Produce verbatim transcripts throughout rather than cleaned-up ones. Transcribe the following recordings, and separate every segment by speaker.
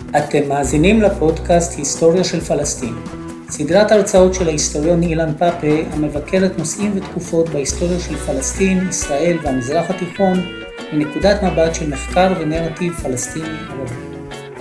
Speaker 1: אתם מאזינים לפודקאסט היסטוריה של פלסטין, סדרת הרצאות של ההיסטוריון אילן פאפה המבקרת נושאים ותקופות בהיסטוריה של פלסטין, ישראל והמזרח התיכון מנקודת מבט של מחקר ונרטיב פלסטיני ערבי.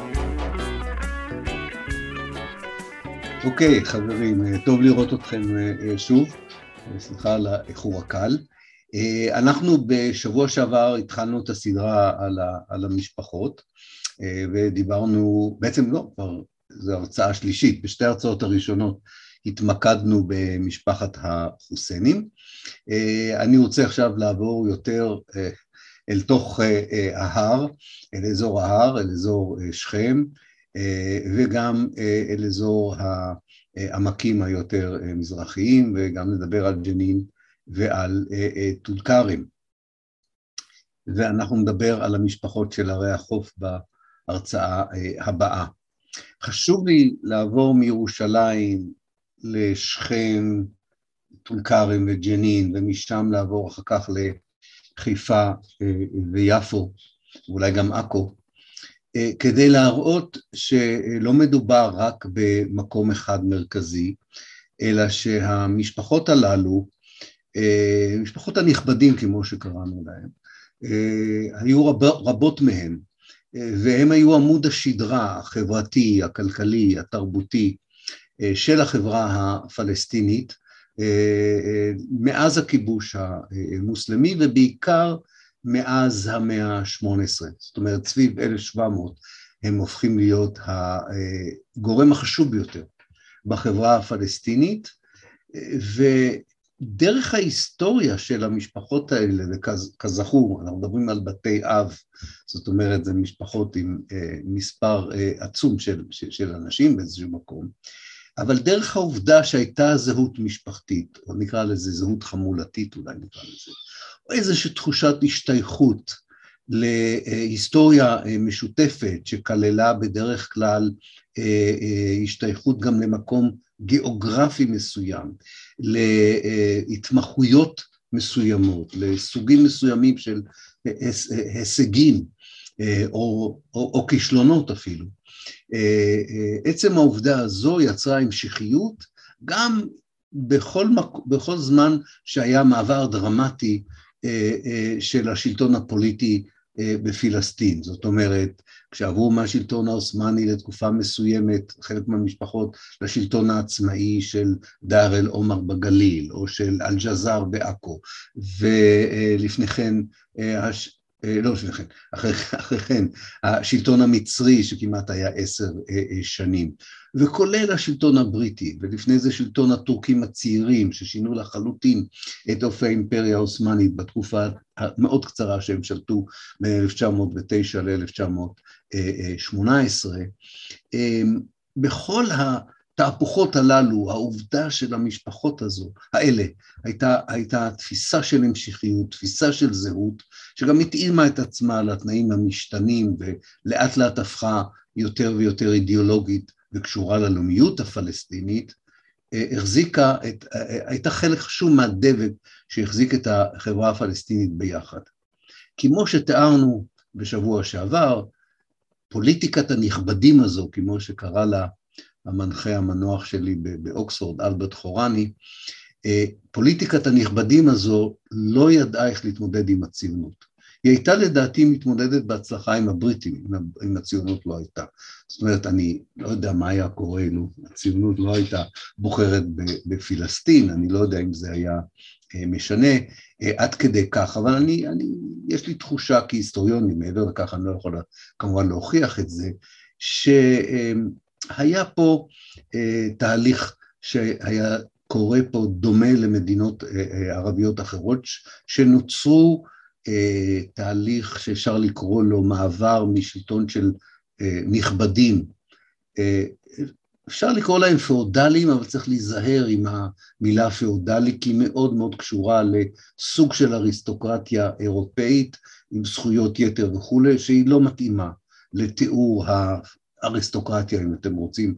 Speaker 2: אוקיי, חברים, טוב לראות אתכם שוב, סליחה על האיחור הקל. אנחנו בשבוע שעבר התחלנו את הסדרה על, ה, על המשפחות, ודיברנו, בעצם לא, כבר זו הרצאה שלישית, בשתי הרצאות הראשונות התמקדנו במשפחת החוסיינים. אני רוצה עכשיו לעבור יותר אל תוך ההר, אל אזור ההר, אל אזור שכם, וגם אל אזור העמקים היותר מזרחיים, וגם נדבר על ג'נין ועל טול כרם. ואנחנו נדבר על המשפחות של ערי החוף בהרצאה הבאה. חשוב לי לעבור מירושלים לשכם, טול כרם וג'נין, ומשם לעבור אחר כך לחיפה ויפו, ואולי גם עכו, כדי להראות שלא מדובר רק במקום אחד מרכזי, אלא שהמשפחות הללו, משפחות הנכבדים כמו שקראנו להם, היו רב, רבות מהן, והם היו עמוד השדרה החברתי, הכלכלי, התרבותי של החברה הפלסטינית, מאז הכיבוש המוסלמי ובעיקר מאז המאה ה-שמונה עשרה, זאת אומרת סביב אלף ושבע מאות הם הופכים להיות הגורם החשוב ביותר בחברה הפלסטינית, ודרך ההיסטוריה של המשפחות האלה, וכזכור, אנחנו מדברים על בתי אב, זאת אומרת זה משפחות עם מספר עצום של, של אנשים באיזשהו מקום, אבל דרך העובדה שהייתה זהות משפחתית, או נקרא לזה זהות חמולתית אולי נקרא לזה, או איזושהי תחושת השתייכות להיסטוריה משותפת שכללה בדרך כלל השתייכות גם למקום גיאוגרפי מסוים, להתמחויות מסוימות, לסוגים מסוימים של הישגים או, או, או כישלונות אפילו. עצם העובדה הזו יצרה המשכיות גם בכל, בכל זמן שהיה מעבר דרמטי של השלטון הפוליטי בפלסטין. זאת אומרת, כשעברו מהשלטון העות'מאני לתקופה מסוימת, חלק מהמשפחות לשלטון העצמאי של דאר אל עומר בגליל, או של אל-ג'זאר בעכו, ולפני כן, לא לפני כן, אחרי, אחרי כן, השלטון המצרי שכמעט היה עשר שנים, וכולל השלטון הבריטי, ולפני זה שלטון הטורקים הצעירים, ששינו לחלוטין את אופי האימפריה העות'מאנית בתקופה המאוד קצרה שהם שלטו מ-אלף תשע מאות ותשע ל-אלף תשע מאות שמונה עשרה. בכל התהפוכות הללו, העובדה של המשפחות הזו, האלה, הייתה, הייתה תפיסה של המשכיות, תפיסה של זהות, שגם התאימה את עצמה לתנאים המשתנים, ולאט לאט הפכה יותר ויותר אידיאולוגית, וקשורה ללאומיות הפלסטינית, החזיקה את, הייתה חלק חשוב מהדבק שהחזיק את החברה הפלסטינית ביחד. כמו שתיארנו בשבוע שעבר, פוליטיקת הנכבדים הזו, כמו שקרא לה המנחה המנוח שלי באוקספורד, אלברט חורני, פוליטיקת הנכבדים הזו לא ידעה איך להתמודד עם הציונות. היא הייתה לדעתי מתמודדת בהצלחה עם הבריטים, אם הציונות לא הייתה. זאת אומרת, אני לא יודע מה היה קורה אילו הציונות לא הייתה בוחרת בפלסטין, אני לא יודע אם זה היה משנה עד כדי כך, אבל אני, אני, יש לי תחושה כהיסטוריוני, מעבר לכך אני לא יכול כמובן להוכיח את זה, שהיה פה תהליך שהיה קורה פה דומה למדינות ערביות אחרות, שנוצרו תהליך שאפשר לקרוא לו מעבר משלטון של נכבדים, אפשר לקרוא להם פאודלים, אבל צריך להיזהר עם המילה פאודלי, כי היא מאוד מאוד קשורה לסוג של אריסטוקרטיה אירופאית, עם זכויות יתר וכו', שהיא לא מתאימה לתיאור האריסטוקרטיה, אם אתם רוצים,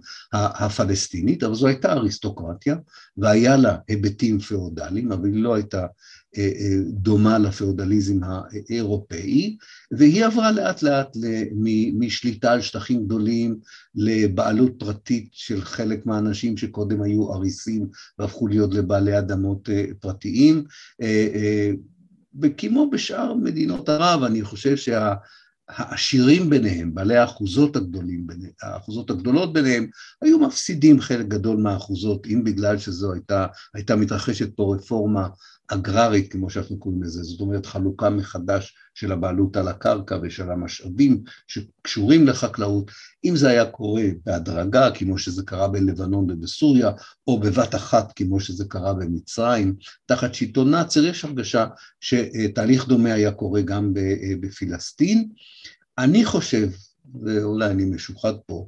Speaker 2: הפלסטינית, אבל זו הייתה אריסטוקרטיה, והיה לה היבטים פאודליים, אבל היא לא הייתה דומה לפאודליזם האירופאי, והיא עברה לאט לאט משליטה על שטחים גדולים לבעלות פרטית של חלק מהאנשים שקודם היו אריסים והפכו להיות לבעלי אדמות פרטיים, וכמו בשאר מדינות ערב. אני חושב שה העשירים ביניהם, בעלי האחוזות הגדולים, האחוזות הגדולות ביניהם, היו מפסידים חלק גדול מהאחוזות, אם בגלל שזו הייתה, הייתה מתרחשת פה רפורמה אגררית, כמו שאנחנו קוראים לזה, זאת אומרת חלוקה מחדש של הבעלות על הקרקע ושל המשאבים שקשורים לחקלאות. אם זה היה קורה בהדרגה, כמו שזה קרה בלבנון ובסוריה, או בבת אחת, כמו שזה קרה במצרים, תחת שלטון נאצר, יש הרגשה שתהליך דומה היה קורה גם בפלסטין. אני חושב, ואולי אני משוחד פה,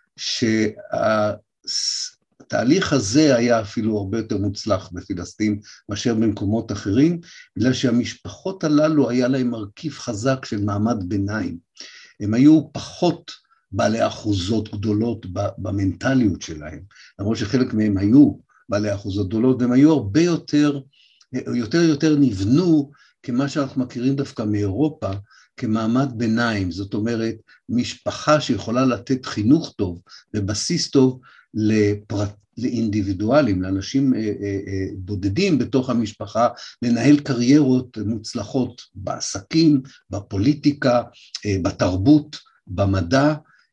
Speaker 2: שהתהליך הזה היה אפילו הרבה יותר מוצלח בפלסטין מאשר במקומות אחרים, בגלל שהמשפחות הללו היה להם מרכיב חזק של מעמד ביניים. הם היו פחות בעלי אחוזות גדולות במנטליות שלהם, למרות שחלק מהם היו בעלי אחוזות גדולות, והם היו הרבה יותר, יותר יותר נבנו כמה שאנחנו מכירים דווקא מאירופה, כמעמד ביניים. זאת אומרת, משפחה שיכולה לתת חינוך טוב ובסיס טוב לפרט, לאינדיבידואלים, לאנשים בודדים בתוך המשפחה, לנהל קריירות מוצלחות בעסקים, בפוליטיקה, בתרבות, במדע,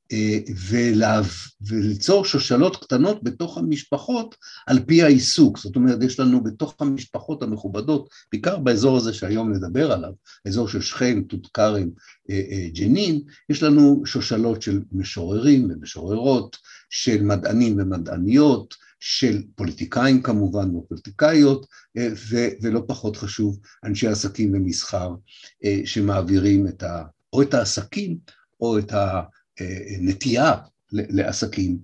Speaker 2: וליצור שושלות קטנות בתוך המשפחות על פי העיסוק. זאת אומרת, יש לנו בתוך המשפחות המכובדות, בעיקר באזור הזה שהיום נדבר עליו, האזור של שכם, טול כרם, ג'נין, יש לנו שושלות של משוררים ומשוררות, של מדענים ומדעניות, של פוליטיקאים כמובן ופוליטיקאיות, ולא פחות חשוב, אנשי עסקים ומסחר, שמעבירים את ה, או את העסקים, או את הנטייה לעסקים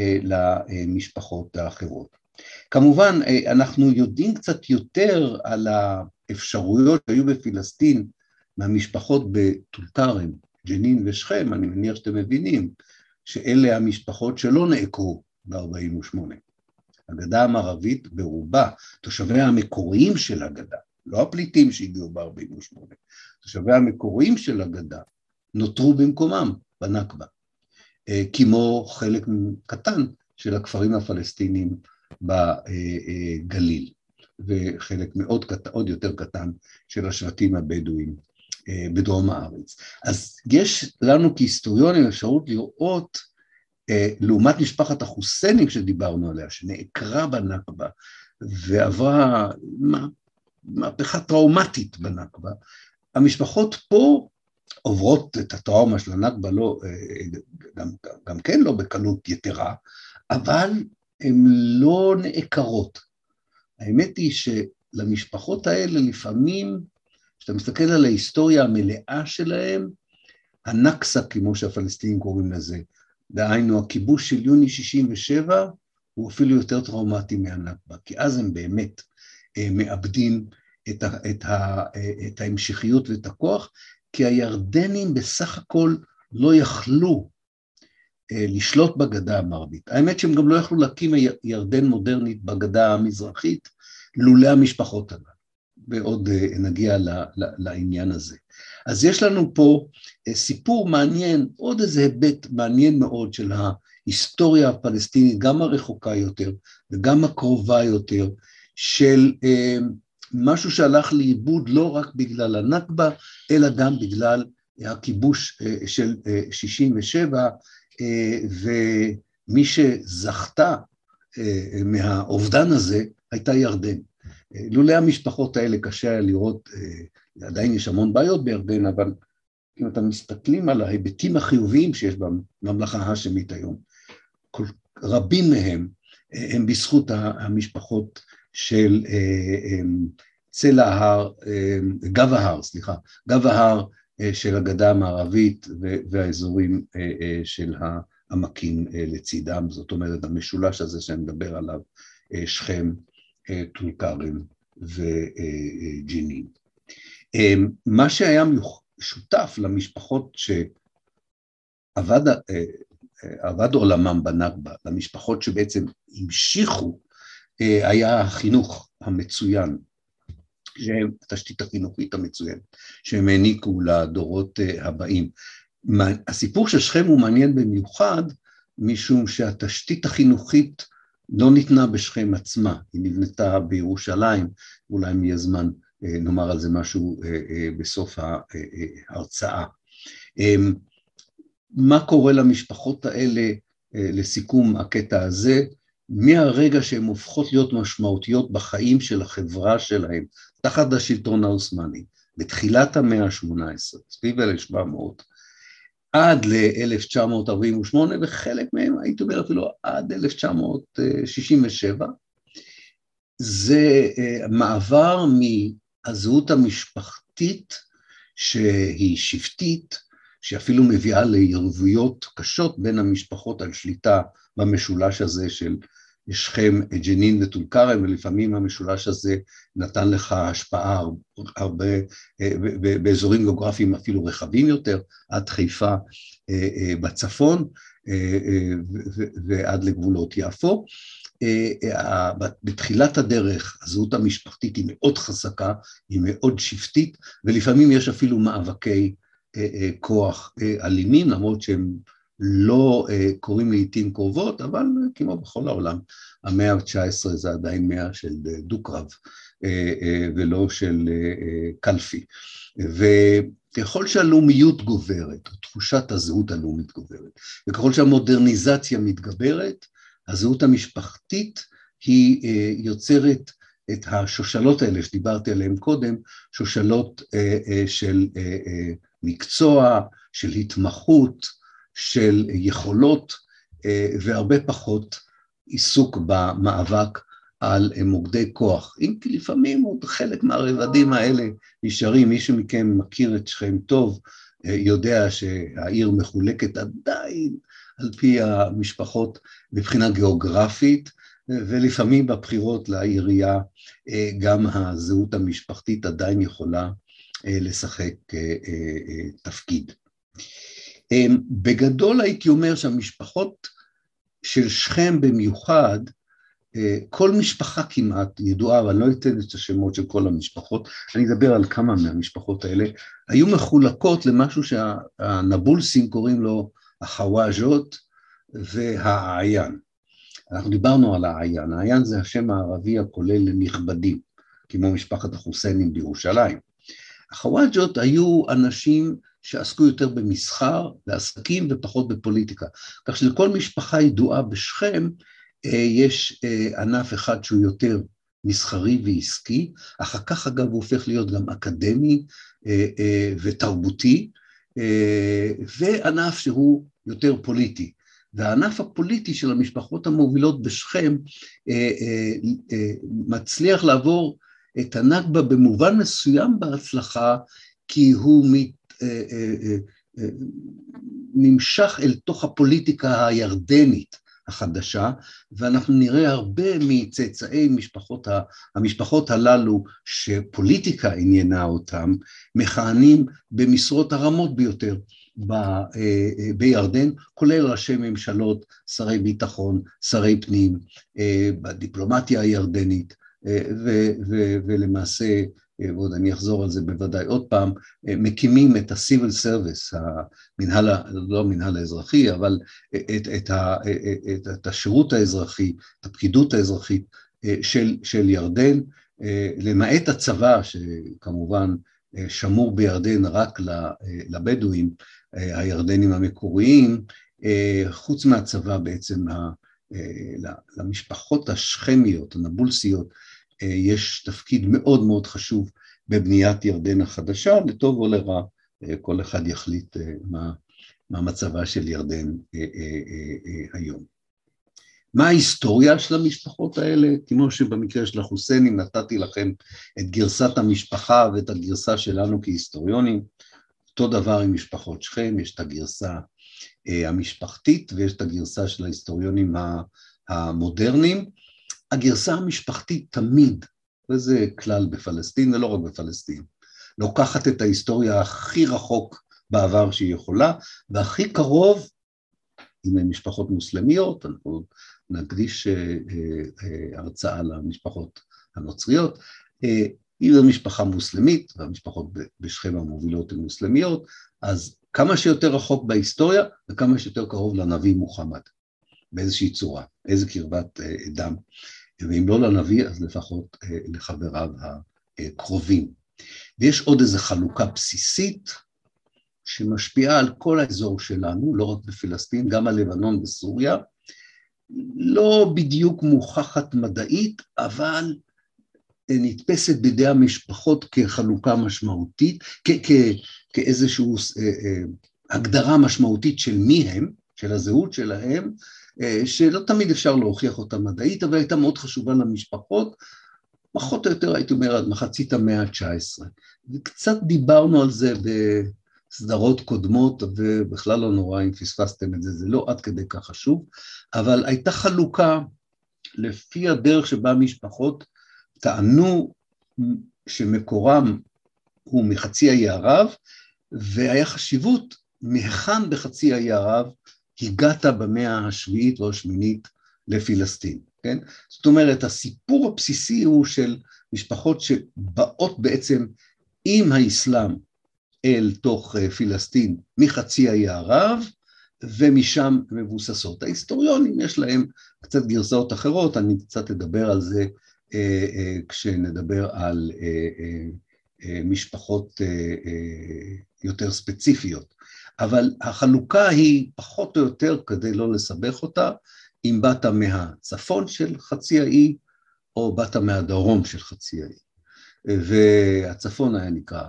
Speaker 2: למשפחות האחרות. כמובן, אנחנו יודעים קצת יותר על האפשרויות שהיו בפלסטין, מהמשפחות בטול כרם, ג'נין ושכם. אני מניח שאתם מבינים, שאלה המשפחות שלא נעקרו ב-ארבעים ושמונה. הגדה המערבית ברובה, תושביה המקוריים של הגדה, לא הפליטים שהגיעו ב-ארבעים ושמונה, תושביה המקוריים של הגדה, נותרו במקומם בנכבה, כמו חלק קטן של הכפרים הפלסטינים בגליל, וחלק מאוד קטן, עוד יותר קטן של השבטים הבדואים בדרום הארץ. אז יש לנו כהיסטוריונים אפשרות לראות, לעומת משפחת החוסנים שדיברנו עליה, שנעקרה בנכבה, ועברה מהפכה טראומטית בנכבה, המשפחות פה עוברות את הטראומה של הנכבה, לא, גם, גם כן לא בקלות יתרה, אבל הן לא נעקרות. האמת היא שלמשפחות האלה לפעמים, כשאתה מסתכל על ההיסטוריה המלאה שלהם, הנכסה, כמו שהפלסטינים קוראים לזה, דהיינו הכיבוש של יוני שישים ושבע, הוא אפילו יותר טראומטי מהנכבה, כי אז הם באמת מאבדים את, ה, את, ה, את ההמשכיות ואת הכוח, כי הירדנים בסך הכל לא יכלו לשלוט בגדה המערבית. האמת שהם גם לא יכלו להקים ירדן מודרנית בגדה המזרחית, לולא המשפחות הללו, ועוד נגיע לעניין הזה. אז יש לנו פה סיפור מעניין, עוד איזה היבט מעניין מאוד של ההיסטוריה הפלסטינית, גם הרחוקה יותר וגם הקרובה יותר, של משהו שהלך לאיבוד לא רק בגלל הנכבה, אלא גם בגלל הכיבוש של שישים ושבע, ומי שזכתה מהאובדן הזה הייתה ירדן. לולא המשפחות האלה קשה היה לראות, עדיין יש המון בעיות בירדן, אבל אם אתם מסתכלים על ההיבטים החיוביים שיש בממלכה ההאשמית היום, כל, רבים מהם הם בזכות המשפחות של צל ההר, גב ההר, סליחה, גב ההר של הגדה המערבית והאזורים של העמקים לצידם, זאת אומרת המשולש הזה שאני מדבר עליו, שכם, טול כרם וג'נין. מה שהיה שותף למשפחות שעבד עבד עולמם בנכבה, למשפחות שבעצם המשיכו, היה החינוך המצוין שהם התשתית החינוכית המצוינת, שהם העניקו לדורות הבאים. הסיפור של שכם הוא מעניין במיוחד, משום שהתשתית החינוכית לא ניתנה בשכם עצמה, היא נבנתה בירושלים, אולי יהיה זמן נאמר על זה משהו בסוף ההרצאה. מה קורה למשפחות האלה, לסיכום הקטע הזה, מהרגע שהן הופכות להיות משמעותיות בחיים של החברה שלהם, תחת השלטון העות'מאני, בתחילת המאה ה-שמונה עשרה, סביב אלף שבע מאות, עד ל-אלף תשע מאות ארבעים ושמונה, וחלק מהם, הייתי אומר אפילו עד אלף תשע מאות שישים ושבע, זה מעבר מהזהות המשפחתית, שהיא שבטית, שאפילו מביאה ליריבויות קשות בין המשפחות על שליטה במשולש הזה של שכם, ג'נין וטול כרם, ולפעמים המשולש הזה נתן לך השפעה הרבה, באזורים גיאוגרפיים אפילו רחבים יותר, עד חיפה בצפון ועד לגבולות יפו. בתחילת הדרך הזהות המשפחתית היא מאוד חזקה, היא מאוד שבטית, ולפעמים יש אפילו מאבקי כוח אלימים, למרות שהם לא קוראים לעתים קרובות, אבל כמו בכל העולם, המאה ה-תשע עשרה זה עדיין מאה של דו-קרב, ולא של קלפי. וככל שהלאומיות גוברת, או תחושת הזהות הלאומית גוברת, וככל שהמודרניזציה מתגברת, הזהות המשפחתית היא יוצרת את השושלות האלה שדיברתי עליהן קודם, שושלות של מקצוע, של התמחות, של יכולות, והרבה פחות עיסוק במאבק על מוקדי כוח. אם כי לפעמים עוד חלק מהרבדים האלה נשארים, מישהו מכם מכיר את שכם טוב, יודע שהעיר מחולקת עדיין על פי המשפחות מבחינה גיאוגרפית, ולפעמים בבחירות לעירייה גם הזהות המשפחתית עדיין יכולה לשחק תפקיד. בגדול הייתי אומר שהמשפחות של שכם במיוחד, כל משפחה כמעט ידועה, אבל לא אתן את השמות של כל המשפחות, אני אדבר על כמה מהמשפחות האלה, היו מחולקות למשהו שהנבולסים קוראים לו החוואז'ות והעיין. אנחנו דיברנו על העיין, העיין זה השם הערבי הכולל לנכבדים, כמו משפחת החוסיינים בירושלים. החוואג'ות היו אנשים שעסקו יותר במסחר, בעסקים ופחות בפוליטיקה, כך שלכל משפחה ידועה בשכם, יש ענף אחד שהוא יותר מסחרי ועסקי, אחר כך אגב הוא הופך להיות גם אקדמי ותרבותי, וענף שהוא יותר פוליטי. והענף הפוליטי של המשפחות המובילות בשכם מצליח לעבור את הנכבה במובן מסוים בהצלחה, כי הוא מת, נמשך אל תוך הפוליטיקה הירדנית החדשה, ואנחנו נראה הרבה מצאצאי משפחות, המשפחות הללו שפוליטיקה עניינה אותם, מכהנים במשרות הרמות ביותר ב, בירדן, כולל ראשי ממשלות, שרי ביטחון, שרי פנים, בדיפלומטיה הירדנית, ו, ו, ולמעשה, ועוד אני אחזור על זה בוודאי עוד פעם, מקימים את ה-Civil Service, המנהל, לא המנהל האזרחי, אבל את, את, ה, את, את השירות האזרחי, את הפקידות האזרחית של, של ירדן, למעט הצבא, שכמובן שמור בירדן רק לבדואים, הירדנים המקוריים, חוץ מהצבא בעצם למשפחות השכמיות, הנבולסיות, יש תפקיד מאוד מאוד חשוב בבניית ירדן החדשה, לטוב או לרע, כל אחד יחליט מה, מה מצבה של ירדן היום. מה ההיסטוריה של המשפחות האלה? כמו שבמקרה של החוסיינים נתתי לכם את גרסת המשפחה ואת הגרסה שלנו כהיסטוריונים, אותו דבר עם משפחות שכם, יש את הגרסה המשפחתית ויש את הגרסה של ההיסטוריונים המודרניים. הגרסה המשפחתית תמיד, וזה כלל בפלסטין ולא רק בפלסטין, לוקחת את ההיסטוריה הכי רחוק בעבר שהיא יכולה, והכי קרוב, עם משפחות מוסלמיות, אנחנו נקדיש הרצאה למשפחות הנוצריות, אם זו משפחה מוסלמית, והמשפחות בשכם המובילות הן מוסלמיות, אז כמה שיותר רחוק בהיסטוריה, וכמה שיותר קרוב לנביא מוחמד, באיזושהי צורה, איזה קרבת דם, ואם לא לנביא, אז לפחות לחבריו הקרובים. ויש עוד איזו חלוקה בסיסית, שמשפיעה על כל האזור שלנו, לא רק בפלסטין, גם על לבנון וסוריה, לא בדיוק מוכחת מדעית, אבל נתפסת בידי המשפחות כחלוקה משמעותית, כאיזושהי הגדרה משמעותית של מי הם, של הזהות שלהם, שלא תמיד אפשר להוכיח אותה מדעית, אבל הייתה מאוד חשובה למשפחות, פחות או יותר הייתי אומר עד מחצית המאה ה-תשע עשרה, וקצת דיברנו על זה בסדרות קודמות, ובכלל לא נורא אם פספסתם את זה, זה לא עד כדי כך חשוב, אבל הייתה חלוקה לפי הדרך שבה המשפחות טענו שמקורם הוא מחצי האי ערב, והיה חשיבות מהיכן בחצי האי ערב הגעת במאה השביעית או השמינית לפלסטין, כן? זאת אומרת, הסיפור הבסיסי הוא של משפחות שבאות בעצם עם האסלאם אל תוך פלסטין מחצי האי ערב, ומשם מבוססות. ההיסטוריונים יש להם קצת גרסאות אחרות, אני קצת אדבר על זה אה, אה, כשנדבר על אה, אה, משפחות אה, אה, יותר ספציפיות. אבל החלוקה היא פחות או יותר, כדי לא לסבך אותה, אם באת מהצפון של חצי האי, או באת מהדרום של חצי האי. והצפון היה נקרא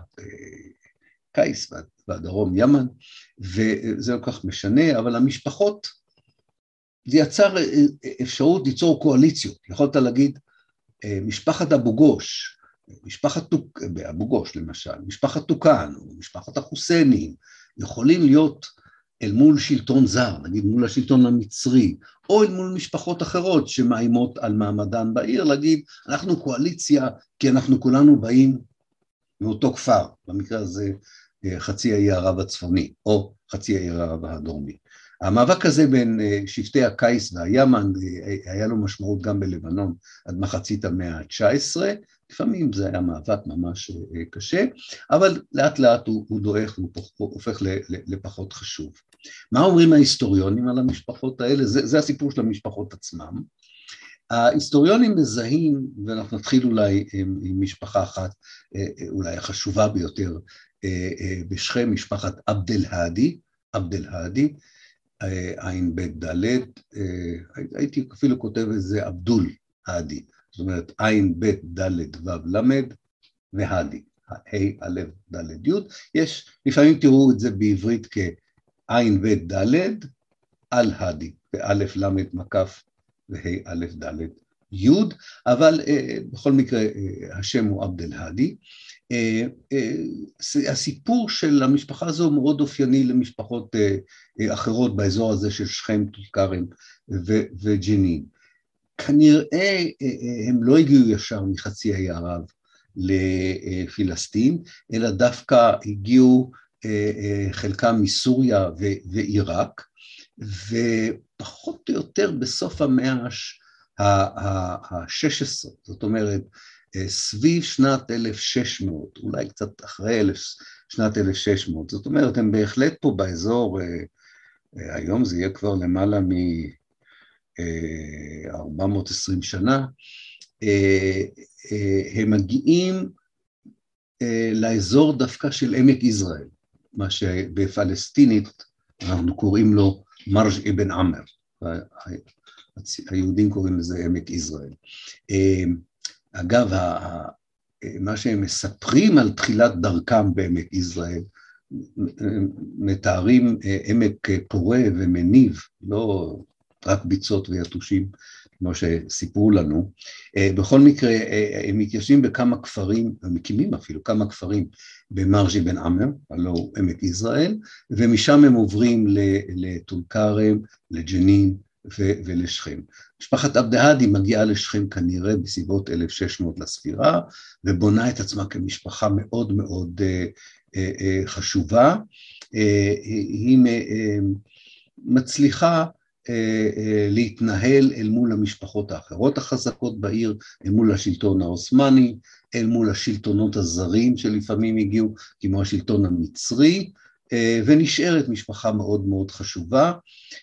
Speaker 2: קייס, והדרום ימן, וזה לא כך משנה, אבל המשפחות, זה יצר אפשרות ליצור קואליציות. יכולת להגיד, משפחת אבו גוש, משפחת אבו גוש למשל, משפחת טוקן, או משפחת החוסיינים, יכולים להיות אל מול שלטון זר, נגיד מול השלטון המצרי, או אל מול משפחות אחרות שמאיימות על מעמדן בעיר, להגיד, אנחנו קואליציה, כי אנחנו כולנו באים מאותו כפר, במקרה הזה חצי האי ערב הצפוני, או חצי האי ערב הדרומי. המאבק הזה בין שבטי הקייס והימן, היה לו משמעות גם בלבנון, עד מחצית המאה ה-תשע עשרה, לפעמים זה היה מאבק ממש קשה, אבל לאט לאט הוא, הוא דועך, הוא הופך לפחות חשוב. מה אומרים ההיסטוריונים על המשפחות האלה? זה, זה הסיפור של המשפחות עצמם. ההיסטוריונים מזהים, ואנחנו נתחיל אולי עם, עם משפחה אחת, אולי החשובה ביותר בשכם, משפחת עבד אל-האדי, עבד אל-האדי, עין בית דלת, הייתי אפילו כותב איזה עבדול האדי, זאת אומרת עין בית דלת וו למד והאדי, ה' א' ד' י', יש, לפעמים תראו את זה בעברית כעין בית ד' על האדי, באלף למד מקף וה' א' ד' י', אבל בכל מקרה השם הוא עבד אל-האדי. הסיפור של המשפחה הזו מאוד אופייני למשפחות אחרות באזור הזה של שכם, טול כרם וג'נין. כנראה הם לא הגיעו ישר מחצי האי ערב לפלסטין, אלא דווקא הגיעו חלקם מסוריה ועיראק, ופחות או יותר בסוף המאה ה-שש עשרה, זאת אומרת, סביב שנת אלף ושש מאות, אולי קצת אחרי שנת אלף ושש מאות, זאת אומרת, הם בהחלט פה באזור, היום זה יהיה כבר למעלה מ-ארבע מאות ועשרים שנה, הם מגיעים לאזור דווקא של עמק יזרעאל, מה שבפלסטינית אנחנו קוראים לו מרג' אבן עמר, היהודים קוראים לזה עמק יזרעאל. אגב, מה שהם מספרים על תחילת דרכם בעמק יזרעאל, מתארים עמק פורה ומניב, לא רק ביצות ויתושים, כמו שסיפרו לנו. בכל מקרה, הם מתיישבים בכמה כפרים, ומקימים אפילו כמה כפרים במרג' אבן עמר, הלא עמק יזרעאל, ומשם הם עוברים לטול כרם, לג'נין ולשכם. משפחת עבד אל-האדי מגיעה לשכם כנראה בסביבות אלף ושש מאות לספירה, ובונה את עצמה כמשפחה מאוד מאוד חשובה. היא מצליחה להתנהל אל מול המשפחות האחרות החזקות בעיר, אל מול השלטון העות'מאני, אל מול השלטונות הזרים שלפעמים הגיעו, כמו השלטון המצרי, ונשארת משפחה מאוד מאוד חשובה.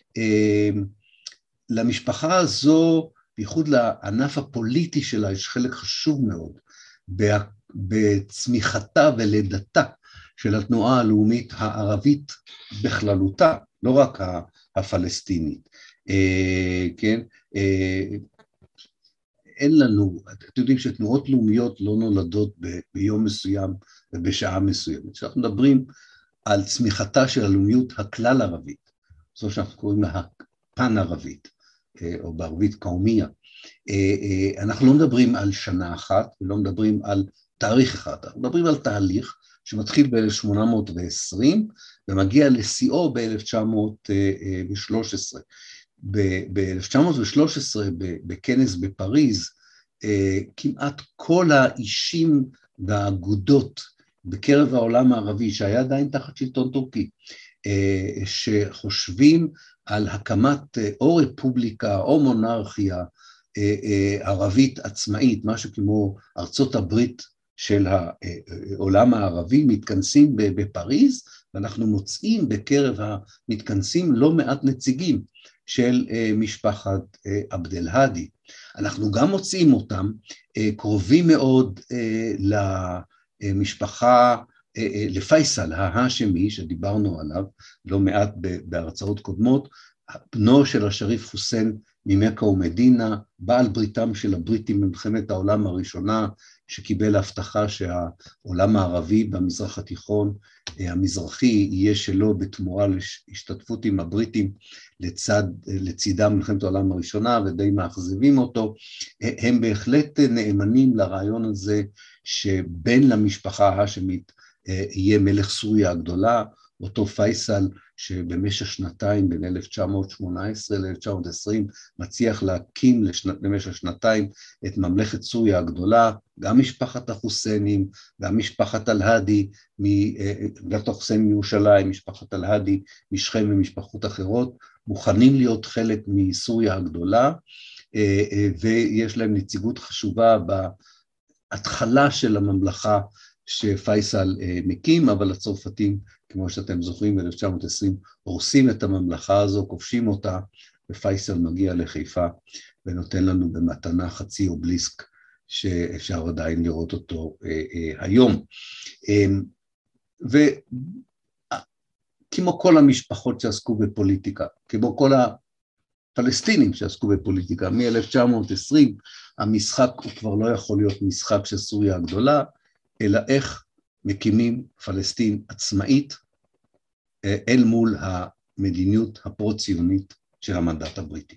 Speaker 2: למשפחה הזו, בייחוד לענף הפוליטי שלה, יש חלק חשוב מאוד בצמיחתה ולידתה של התנועה הלאומית הערבית בכללותה, לא רק הפלסטינית. כן? אין לנו, אתם יודעים שתנועות לאומיות לא נולדות ביום מסוים ובשעה מסוימת. כשאנחנו מדברים על צמיחתה של הלאומיות הכלל ערבית, זו שאנחנו קוראים לה פן ערבית, או בערבית קאומיה, אנחנו לא מדברים על שנה אחת, ולא מדברים על תאריך אחד, אנחנו מדברים על תהליך שמתחיל ב-אלף שמונה מאות ועשרים, ומגיע לשיאו ב-אלף תשע מאות ושלוש עשרה. ב-אלף תשע מאות ושלוש עשרה, בכנס בפריז, כמעט כל האישים והאגודות בקרב העולם הערבי, שהיה עדיין תחת שלטון טורקי, שחושבים על הקמת או רפובליקה או מונרכיה ערבית עצמאית, משהו כמו ארצות הברית של העולם הערבי, מתכנסים בפריז, ואנחנו מוצאים בקרב המתכנסים לא מעט נציגים של משפחת עבד אל-האדי. אנחנו גם מוצאים אותם קרובים מאוד למשפחה, לפייסל ההאשמי, שדיברנו עליו לא מעט בהרצאות קודמות, בנו של השריף חוסיין ממכה ומדינה, בעל בריתם של הבריטים במלחמת העולם הראשונה, שקיבל הבטחה שהעולם הערבי במזרח התיכון המזרחי יהיה שלו בתמורה להשתתפות עם הבריטים לצד, לצידם מלחמת העולם הראשונה, ודי מאכזבים אותו. הם בהחלט נאמנים לרעיון הזה שבן למשפחה ההאשמית יהיה מלך סוריה הגדולה, אותו פייסל שבמשך שנתיים בין אלף תשע מאות שמונה עשרה ל-אלף תשע מאות עשרים מצליח להקים למשך שנתיים את ממלכת סוריה הגדולה, גם משפחת החוסיינים, גם משפחת אל-האדי, משפחת החוסיין מירושלים, משפחת אל-האדי משכם ומשפחות אחרות, מוכנים להיות חלק מסוריה הגדולה, ויש להם נציגות חשובה בהתחלה של הממלכה שפייסל מקים, אבל הצרפתים, כמו שאתם זוכרים, ב-אלף תשע מאות עשרים הורסים את הממלכה הזו, כובשים אותה, ופייסל מגיע לחיפה ונותן לנו במתנה חצי אובליסק, שאפשר עדיין לראות אותו אה, אה, היום. אה, וכמו כל המשפחות שעסקו בפוליטיקה, כמו כל הפלסטינים שעסקו בפוליטיקה, מ-אלף תשע מאות עשרים המשחק הוא כבר לא יכול להיות משחק של סוריה הגדולה, אלא איך מקימים פלסטין עצמאית אל מול המדיניות הפרו-ציונית של המנדט הבריטי.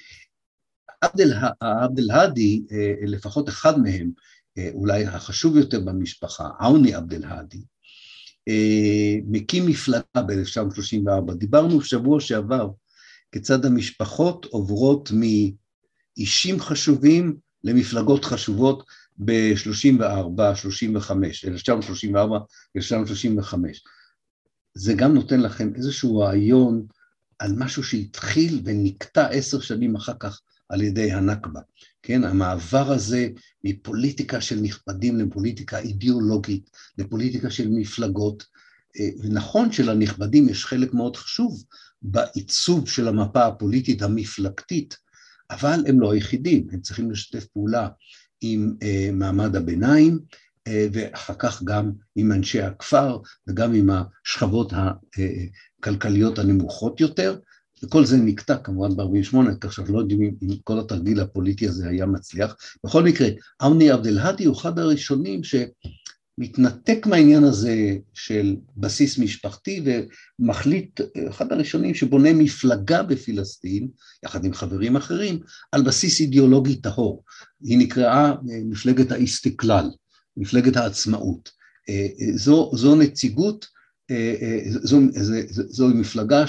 Speaker 2: עבד אל-האדי, לפחות אחד מהם, אולי החשוב יותר במשפחה, עוני עבד אל-האדי, מקים מפלגה ב-אלף תשע מאות שלושים וארבע. דיברנו שבוע שעבר כיצד המשפחות עוברות מאישים חשובים למפלגות חשובות ב-שלושים וארבע, שלושים וחמש, אלף תשע מאות שלושים וארבע ו-אלף תשע מאות שלושים וחמש. זה גם נותן לכם איזשהו רעיון על משהו שהתחיל ונקטע עשר שנים אחר כך על ידי הנכבה. כן, המעבר הזה מפוליטיקה של נכבדים לפוליטיקה אידיאולוגית, לפוליטיקה של מפלגות, ונכון שלנכבדים יש חלק מאוד חשוב בעיצוב של המפה הפוליטית המפלגתית, אבל הם לא היחידים, הם צריכים לשתף פעולה עם מעמד הביניים, ואחר כך גם עם אנשי הכפר, וגם עם השכבות הכלכליות הנמוכות יותר, וכל זה נקטע כמובן ב-ארבעים ושמונה, כך שאנחנו לא יודעים אם כל התרגיל הפוליטי הזה היה מצליח. בכל מקרה, עוני עבד אל-האדי הוא אחד הראשונים שמתנתק מהעניין הזה של בסיס משפחתי, ומחליט, אחד הראשונים שבונה מפלגה בפלסטין, יחד עם חברים אחרים, על בסיס אידיאולוגי טהור. היא נקראה מפלגת האיסתיקלל, מפלגת העצמאות. זו, זו נציגות, זו, זו, זו מפלגה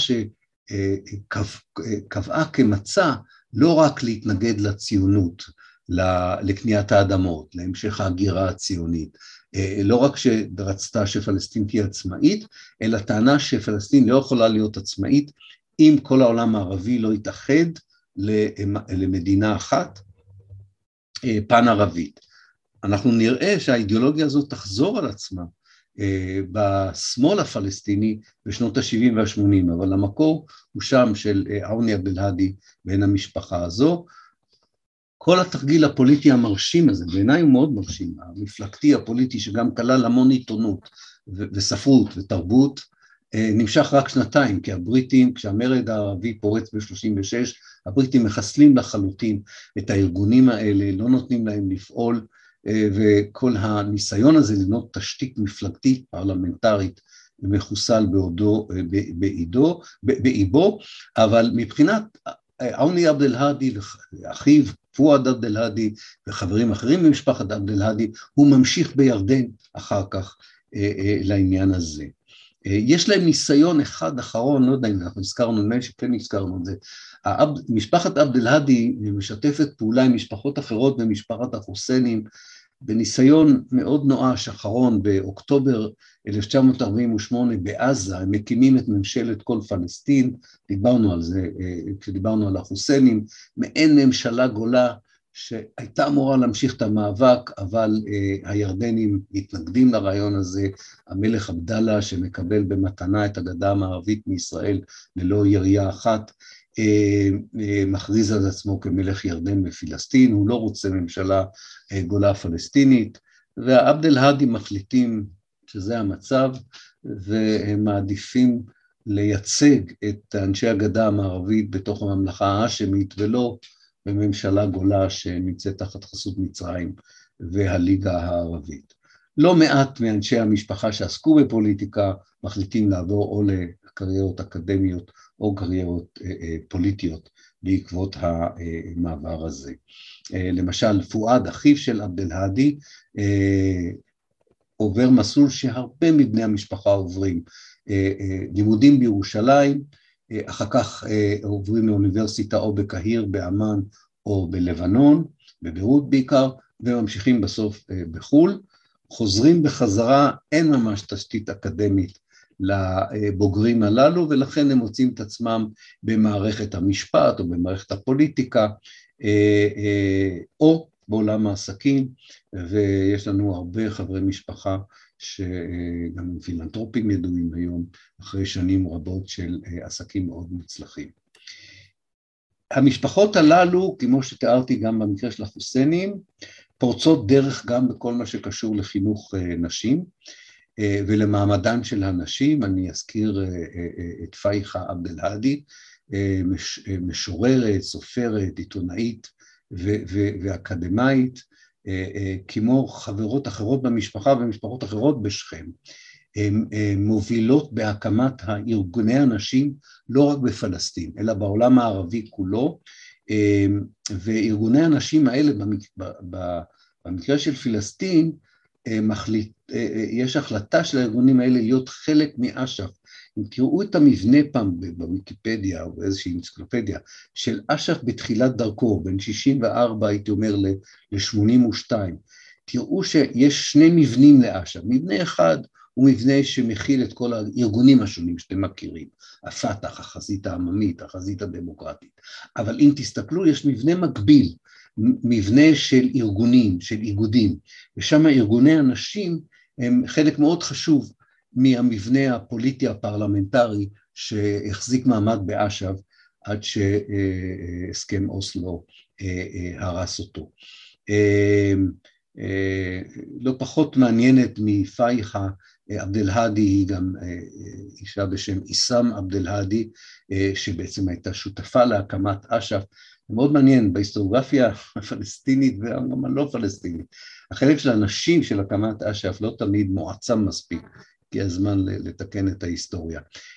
Speaker 2: שקבעה כמצע לא רק להתנגד לציונות, לקניית האדמות, להמשך ההגירה הציונית, לא רק שרצתה שפלסטין תהיה עצמאית, אלא טענה שפלסטין לא יכולה להיות עצמאית, אם כל העולם הערבי לא יתאחד למדינה אחת, פן ערבית. אנחנו נראה שהאידיאולוגיה הזאת תחזור על עצמה בשמאל הפלסטיני בשנות ה-שבעים וה-שמונים, אבל המקור הוא שם של עוני עבד אל-האדי בין המשפחה הזו. כל התרגיל הפוליטי המרשים הזה, בעיניי הוא מאוד מרשים, המפלגתי הפוליטי שגם כלל המון עיתונות וספרות ותרבות, נמשך רק שנתיים, כי הבריטים, כשהמרד הערבי פורץ ב-שלושים ושש, הבריטים מחסלים לחלוטין את הארגונים האלה, לא נותנים להם לפעול, וכל הניסיון הזה לבנות תשתית מפלגתית פרלמנטרית מחוסל בעודו, בעידו, בעיבו, אבל מבחינת עוני עבד אל-האדי ואחיו פואד עבד אל-האדי וחברים אחרים ממשפחת עבד אל-האדי, הוא ממשיך בירדן אחר כך לעניין הזה. יש להם ניסיון אחד אחרון, לא יודע אם אנחנו הזכרנו, נדמה שכן הזכרנו את זה, משפחת עבד אל-האדי משתפת פעולה עם משפחות אחרות במשפחת החוסיינים, בניסיון מאוד נואש אחרון באוקטובר אלף תשע מאות ארבעים ושמונה בעזה, הם מקימים את ממשלת כל פלסטין, דיברנו על זה, כשדיברנו על החוסיינים, מעין ממשלה גולה שהייתה אמורה להמשיך את המאבק, אבל uh, הירדנים מתנגדים לרעיון הזה, המלך עבדאללה שמקבל במתנה את הגדה המערבית מישראל ללא ירייה אחת, uh, uh, מכריז על עצמו כמלך ירדן בפלסטין, הוא לא רוצה ממשלה uh, גולה פלסטינית, ועבד אל-האדי מחליטים שזה המצב, והם מעדיפים לייצג את אנשי הגדה המערבית בתוך הממלכה ההאשמית, ולא בממשלה גולה שנמצאת תחת חסות מצרים והליגה הערבית. לא מעט מאנשי המשפחה שעסקו בפוליטיקה מחליטים לעבור או לקריירות אקדמיות או קריירות פוליטיות בעקבות המעבר הזה. למשל, פואד, אחיו של עבד אל-האדי, עובר מסלול שהרבה מבני המשפחה עוברים, לימודים בירושלים, אחר כך עוברים לאוניברסיטה או בקהיר, באמן או בלבנון, בביירות בעיקר, וממשיכים בסוף בחול, חוזרים בחזרה, אין ממש תשתית אקדמית לבוגרים הללו, ולכן הם מוצאים את עצמם במערכת המשפט או במערכת הפוליטיקה, או בעולם העסקים, ויש לנו הרבה חברי משפחה שגם פילנטרופים ידועים היום, אחרי שנים רבות של עסקים מאוד מוצלחים. המשפחות הללו, כמו שתיארתי גם במקרה של החוסיינים, פורצות דרך גם בכל מה שקשור לחינוך נשים, ולמעמדן של הנשים. אני אזכיר את פאיחה עבד אל-האדי, משוררת, סופרת, עיתונאית ואקדמאית, כמו חברות אחרות במשפחה ומשפחות אחרות בשכם, מובילות בהקמת הארגוני הנשים לא רק בפלסטין, אלא בעולם הערבי כולו, וארגוני הנשים האלה במקרה של פלסטין, מחליט, יש החלטה של הארגונים האלה להיות חלק מאש"ף. אם תראו את המבנה פעם בוויקיפדיה או באיזושהי אנציקלופדיה של אש"ף בתחילת דרכו, בין שישים וארבע הייתי אומר ל-שמונים ושתיים, תראו שיש שני מבנים לאש"ף. מבנה אחד הוא מבנה שמכיל את כל הארגונים השונים שאתם מכירים, הפתח, החזית העממית, החזית הדמוקרטית, אבל אם תסתכלו יש מבנה מקביל, מבנה של ארגונים, של איגודים, ושם ארגוני הנשים הם חלק מאוד חשוב מהמבנה הפוליטי הפרלמנטרי שהחזיק מעמד באש"ף עד שהסכם אוסלו הרס אותו. לא פחות מעניינת מפאיחה עבד אל-האדי היא גם אישה בשם איסם עבד אל-האדי, שבעצם הייתה שותפה להקמת אש"ף. מאוד מעניין, בהיסטוריוגרפיה הפלסטינית וגם הלא פלסטינית, החלק של הנשים של הקמת אש"ף לא תמיד מועצם מספיק, כי הזמן לתקן את ההיסטוריה.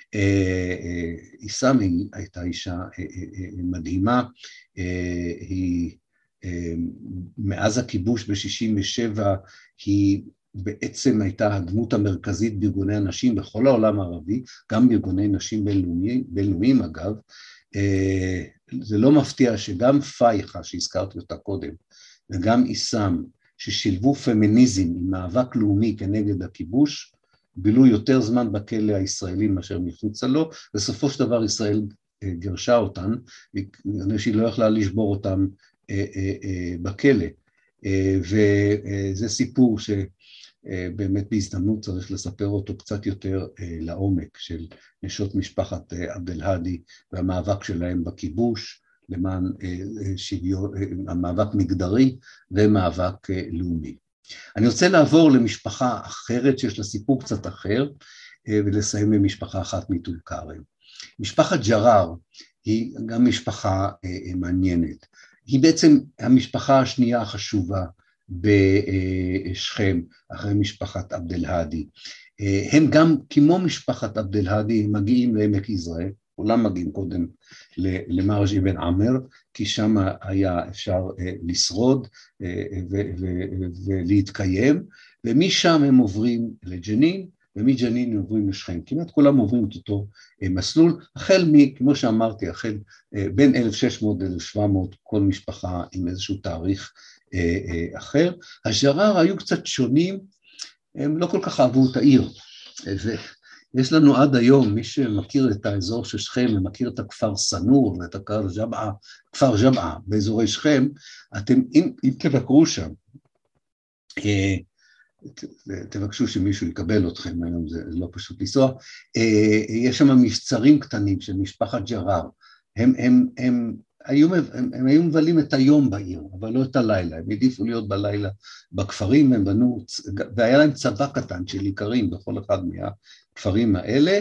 Speaker 2: איסם הייתה אישה מדהימה, היא מאז הכיבוש ב-שישים ושבע, היא בעצם הייתה הדמות המרכזית בארגוני הנשים בכל העולם הערבי, גם בארגוני נשים בינלאומיים, בינלאומיים אגב. זה לא מפתיע שגם פאיחה שהזכרתי אותה קודם, וגם איסם ששילבו פמיניזם עם מאבק לאומי כנגד הכיבוש, בילו יותר זמן בכלא הישראלי מאשר מחוצה לו, בסופו של דבר ישראל גרשה אותן, אני שהיא לא יכלה לשבור אותן בכלא, וזה סיפור שבאמת בהזדמנות צריך לספר אותו קצת יותר לעומק, של נשות משפחת עבד אל-האדי והמאבק שלהם בכיבוש, למען שוויון, המאבק מגדרי ומאבק לאומי. אני רוצה לעבור למשפחה אחרת שיש לה סיפור קצת אחר, ולסיים במשפחה אחת מטול כרם. משפחת ג'רר היא גם משפחה מעניינת. היא בעצם המשפחה השנייה החשובה בשכם, אחרי משפחת עבד אל-האדי. הם גם, כמו משפחת עבד אל-האדי, מגיעים לעמק יזרעאל, כולם מגיעים קודם למרג' אבן עמר, כי שם היה אפשר לשרוד ולהתקיים, ומשם הם עוברים לג'נין, ומג'נין הם עוברים לשכם. כמעט כולם עוברים את אותו מסלול, החל מ, כמו שאמרתי, החל בין אלף ושש מאות עד אלף ושבע מאות, כל משפחה עם איזשהו תאריך אחר. הג'רר היו קצת שונים, הם לא כל כך אהבו את העיר, ויש לנו עד היום, מי שמכיר את האזור של שכם, ומכיר את הכפר סנור ואת הכפר ג'בעה, כפר ג'בעה באזורי שכם, אתם, אם, אם תבקרו שם, תבקשו שמישהו יקבל אתכם, היום זה לא פשוט לנסוע, יש שם מבצרים קטנים של משפחת ג'רר, הם, הם, הם, היו, הם, הם היו מבלים את היום בעיר, אבל לא את הלילה, הם העדיפו להיות בלילה בכפרים, הם בנו, והיה להם צבא קטן של איכרים בכל אחד מהכפרים האלה,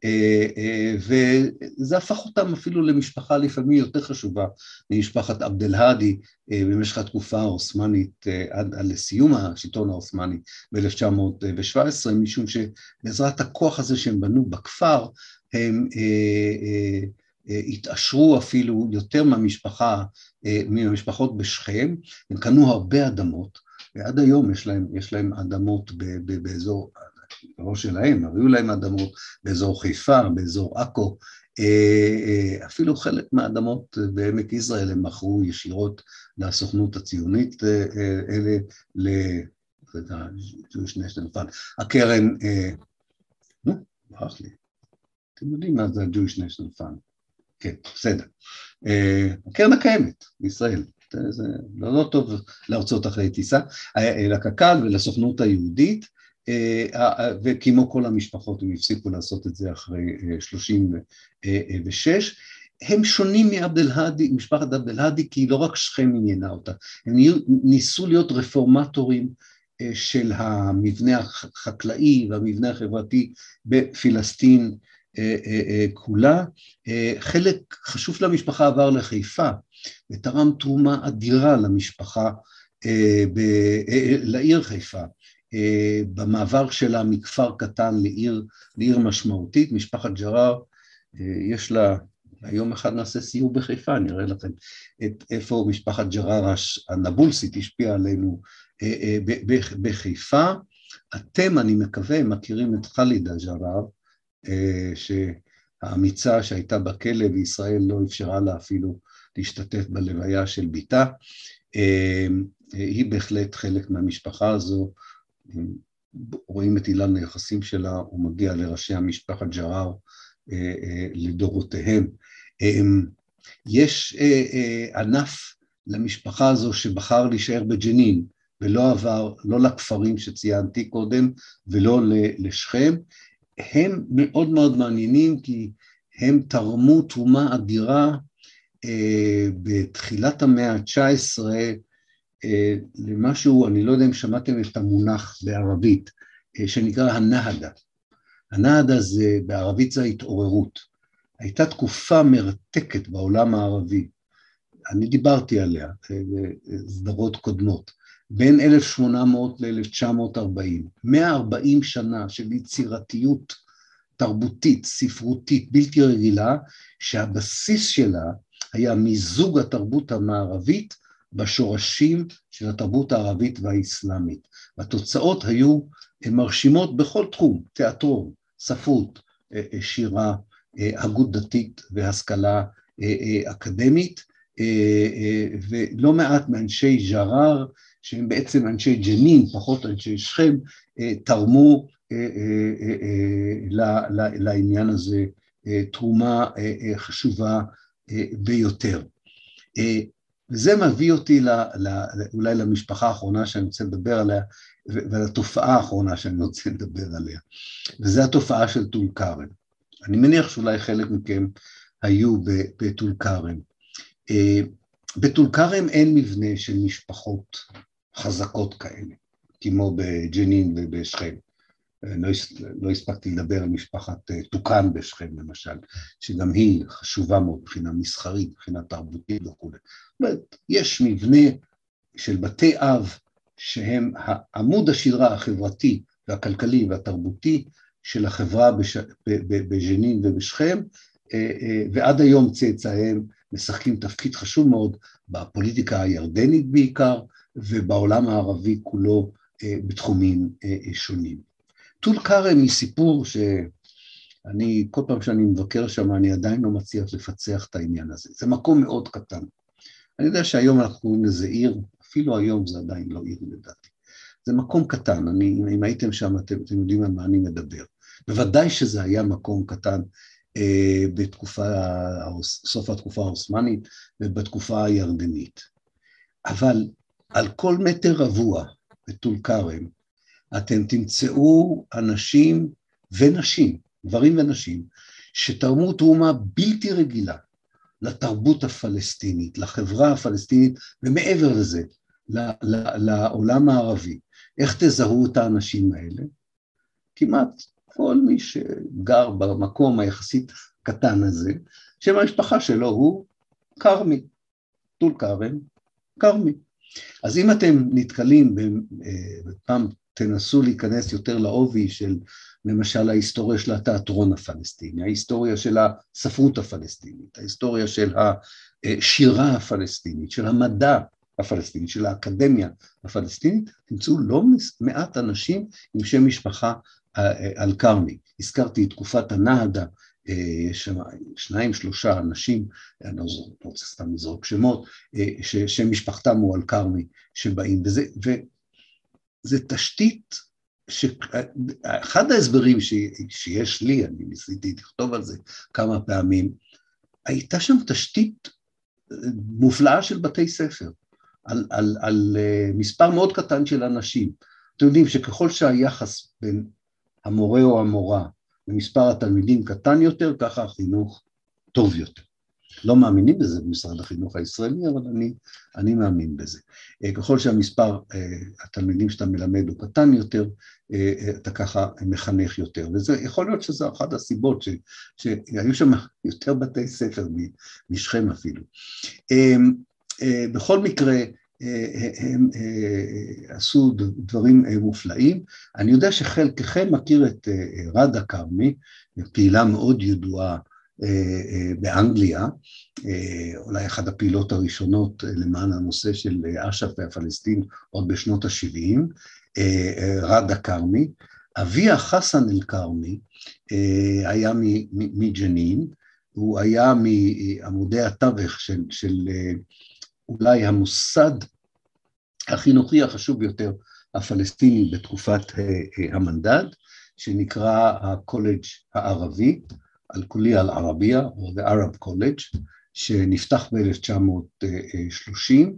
Speaker 2: וזה הפך אותם אפילו למשפחה לפעמים יותר חשובה ממשפחת עבד אל-האדי במשך התקופה העות'מאנית עד לסיום השלטון העות'מאני ב-אלף תשע מאות שבע עשרה, משום שבעזרת הכוח הזה שהם בנו בכפר, הם התעשרו אפילו יותר מהמשפחה, מהמשפחות בשכם, הם קנו הרבה אדמות, ועד היום יש להם, יש להם אדמות באזור, לא שלהם, הביאו להם אדמות באזור חיפה, באזור עכו, אפילו חלק מהאדמות בעמק יזרעאל הם מכרו ישירות לסוכנות הציונית, אלה ל-Jewish National Fund, הקרן, נו, ברח לי, אתם יודעים מה זה ה-Jewish National Fund, כן, בסדר, הקרן הקיימת בישראל, זה לא טוב לארצות אחרי טיסה, לקק"ל ולסוכנות היהודית, וכמו כל המשפחות הם הפסיקו לעשות את זה אחרי שלושים ושש, הם שונים מעבד אל-האדי, משפחת עבד אל-האדי, כי לא רק שכם עניינה אותה, הם ניסו להיות רפורמטורים של המבנה החקלאי והמבנה החברתי בפלסטין כולה. חלק חשוב של המשפחה עבר לחיפה, ותרם תרומה אדירה למשפחה, לעיר חיפה, במעבר שלה מכפר קטן לעיר, לעיר משמעותית. משפחת ג'רר, יש לה, היום אחד נעשה סיור בחיפה, אני אראה לכם את איפה משפחת ג'רר הנבולסית השפיעה עלינו בחיפה. אתם, אני מקווה, מכירים את חלידה ג'רר, שהאמיצה שהייתה בכלא וישראל לא אפשרה לה אפילו להשתתף בלוויה של ביתה, היא בהחלט חלק מהמשפחה הזו. רואים את אילן היחסים שלה, הוא מגיע לראשי המשפחת ג'רר לדורותיהם. יש ענף למשפחה הזו שבחר להישאר בג'נין, ולא עבר, לא לכפרים שציינתי קודם, ולא לשכם. הם מאוד מאוד מעניינים, כי הם תרמו תרומה אדירה בתחילת המאה ה-תשע עשרה, למשהו, אני לא יודע אם שמעתם את המונח בערבית, שנקרא הנהדה. הנהדה זה, בערבית זה ההתעוררות. הייתה תקופה מרתקת בעולם הערבי, אני דיברתי עליה בסדרות קודמות, בין אלף שמונה מאות ל-אלף תשע מאות וארבעים, מאה וארבעים שנה של יצירתיות תרבותית, ספרותית, בלתי רגילה, שהבסיס שלה היה מיזוג התרבות המערבית בשורשים של התרבות הערבית והאסלאמית. והתוצאות היו מרשימות בכל תחום, תיאטרון, ספרות, שירה, הגות דתית והשכלה אקדמית, ולא מעט מאנשי ג'רר, שהם בעצם אנשי ג'נין, פחות אנשי שכם, תרמו לעניין הזה תרומה חשובה ביותר. וזה מביא אותי אולי למשפחה האחרונה שאני רוצה לדבר עליה, ולתופעה האחרונה שאני רוצה לדבר עליה, וזה התופעה של טול כרם. אני מניח שאולי חלק מכם היו בטול כרם. בטול כרם אין מבנה של משפחות חזקות כאלה, כמו בג'נין ובשכם. לא, לא הספקתי לדבר על משפחת תוקן בשכם למשל, שגם היא חשובה מאוד מבחינה מסחרית, מבחינה תרבותית וכו'. זאת אומרת, יש מבנה של בתי אב שהם עמוד השדרה החברתי והכלכלי והתרבותי של החברה בש... בג'נין ובשכם, ועד היום צאצאיהם משחקים תפקיד חשוב מאוד בפוליטיקה הירדנית בעיקר, ובעולם הערבי כולו בתחומים שונים. טול כרם היא סיפור שאני, כל פעם שאני מבקר שם, אני עדיין לא מצליח לפצח את העניין הזה. זה מקום מאוד קטן. אני יודע שהיום אנחנו קוראים לזה עיר, אפילו היום זה עדיין לא עיר לדעתי. זה מקום קטן, אני, אם הייתם שם, אתם, אתם יודעים על מה אני מדבר. בוודאי שזה היה מקום קטן אה, בתקופה, סוף התקופה האוסמנית ובתקופה הירדנית. אבל על כל מטר רבוע בטול כרם, אתם תמצאו אנשים ונשים, גברים ונשים, שתרמו תרומה בלתי רגילה לתרבות הפלסטינית, לחברה הפלסטינית, ומעבר לזה, לעולם הערבי. איך תזהו את האנשים האלה? כמעט כל מי שגר במקום היחסית קטן הזה, שם המשפחה שלו הוא כרמי, טול כרם, כרמי. אז אם אתם נתקלים, בפעם תנסו להיכנס יותר לעובי של למשל ההיסטוריה של התיאטרון הפלסטיני, ההיסטוריה של הספרות הפלסטינית, ההיסטוריה של השירה הפלסטינית, של המדע הפלסטינית, של האקדמיה הפלסטינית, תמצאו לא מעט אנשים עם שם משפחה על כרמי. הזכרתי את תקופת הנהדה, יש שניים, שלושה אנשים, אני לא רוצה סתם לזרוק שמות, ששם משפחתם הוא על כרמי שבאים בזה, וזה תשתית, אחד ההסברים שיש לי, אני ניסיתי לכתוב על זה כמה פעמים, הייתה שם תשתית מופלאה של בתי ספר, על, על, על מספר מאוד קטן של אנשים. אתם יודעים שככל שהיחס בין המורה או המורה ומספר התלמידים קטן יותר, ככה החינוך טוב יותר. לא מאמינים בזה במשרד החינוך הישראלי, אבל אני, אני מאמין בזה. ככל שהמספר התלמידים שאתה מלמד הוא קטן יותר, אתה ככה מחנך יותר. וזה יכול להיות שזו אחת הסיבות ש, שהיו שם יותר בתי ספר משכם אפילו. בכל מקרה, הם עשו דברים מופלאים. אני יודע שחלקכם מכיר את רדה כרמי, פעילה מאוד ידועה באנגליה, אולי אחת הפעילות הראשונות למען הנושא של אש"ף והפלסטין עוד בשנות ה-שבעים, רדה כרמי. אביה חסן אל כרמי היה מג'נין, הוא היה מעמודי התווך של, של אולי המוסד החינוכי החשוב ביותר הפלסטיני בתקופת המנדט, שנקרא הקולג' הערבי, אל-כוליה אל-ערבייה, או The Arab College, שנפתח ב-אלף תשע מאות שלושים.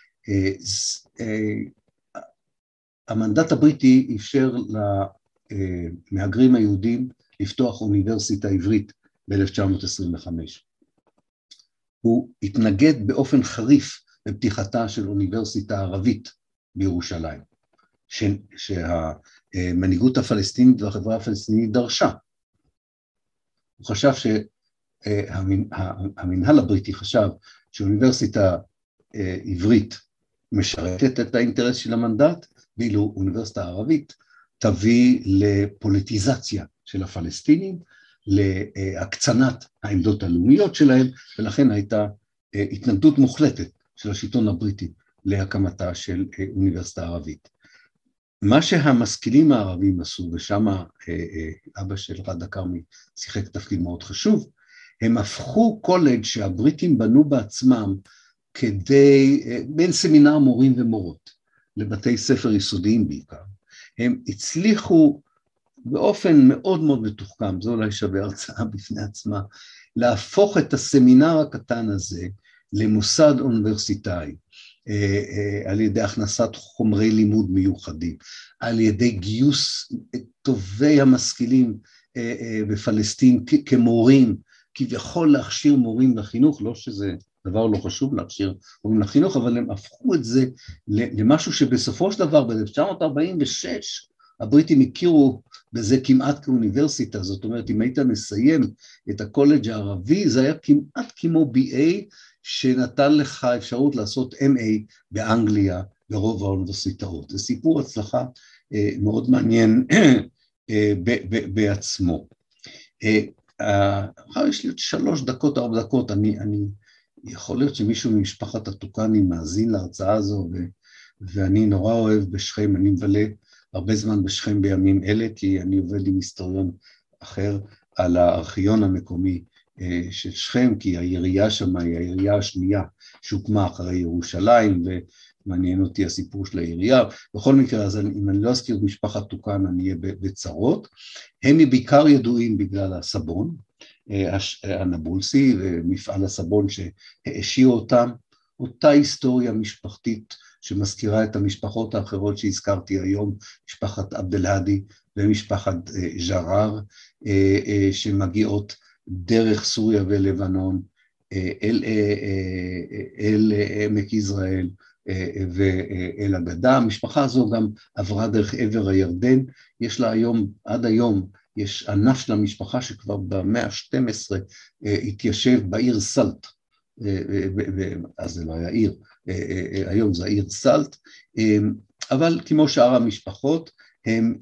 Speaker 2: המנדט הבריטי אפשר למהגרים היהודים לפתוח אוניברסיטה עברית ב-אלף תשע מאות עשרים וחמש. הוא התנגד באופן חריף בפתיחתה של אוניברסיטה ערבית בירושלים, שהמנהיגות הפלסטינית והחברה הפלסטינית דרשה. הוא חשב שהמנהל הבריטי חשב שאוניברסיטה עברית משרתת את האינטרס של המנדט, ואילו אוניברסיטה ערבית תביא לפוליטיזציה של הפלסטינים, להקצנת העמדות הלאומיות שלהם, ולכן הייתה התנגדות מוחלטת של השלטון הבריטי להקמתה של אוניברסיטה ערבית. מה שהמשכילים הערבים עשו, ושם אבא של רדה כרמי שיחק תפקיד מאוד חשוב, הם הפכו קולג' שהבריטים בנו בעצמם כדי, בין סמינר מורים ומורות, לבתי ספר יסודיים בעיקר. הם הצליחו באופן מאוד מאוד מתוחכם, זה אולי שווה הרצאה בפני עצמה, להפוך את הסמינר הקטן הזה למוסד אוניברסיטאי, על ידי הכנסת חומרי לימוד מיוחדים, על ידי גיוס טובי המשכילים בפלסטין כמורים, כביכול להכשיר מורים לחינוך, לא שזה דבר לא חשוב להכשיר מורים לחינוך, אבל הם הפכו את זה למשהו שבסופו של דבר ב-אלף תשע מאות ארבעים ושש הבריטים הכירו בזה כמעט כאוניברסיטה, זאת אומרת אם היית מסיים את הקולג' הערבי זה היה כמעט כמו בי איי שנתן לך אפשרות לעשות אם איי באנגליה ברוב האוניברסיטאות, זה סיפור הצלחה מאוד מעניין בעצמו. אחר יש לי עוד שלוש דקות, ארבע דקות, אני, אני, יכול להיות שמישהו ממשפחת הטוקני מאזין להרצאה הזו, ו, ואני נורא אוהב בשכם, אני מבלה הרבה זמן בשכם בימים אלה, כי אני עובד עם היסטוריון אחר על הארכיון המקומי של שכם, כי העירייה שם היא העירייה השנייה שהוקמה אחרי ירושלים, ומעניין אותי הסיפור של העירייה. בכל מקרה, אז אם אני לא אזכיר משפחת טוקן, אני אהיה בצרות. הם בעיקר ידועים בגלל הסבון, הנבולסי, ומפעל הסבון שהשאיר אותם, אותה היסטוריה משפחתית שמזכירה את המשפחות האחרות שהזכרתי היום, משפחת עבדלהדי ומשפחת ז'רר, שמגיעות דרך סוריה ולבנון אל, אל עמק יזרעאל ואל הגדה. המשפחה הזו גם עברה דרך עבר הירדן, יש לה היום, עד היום, יש ענף של המשפחה שכבר במאה ה-שתים עשרה התיישב בעיר סלט, אז זה לא היה עיר, היום זה העיר סלט, אבל כמו שאר המשפחות, הם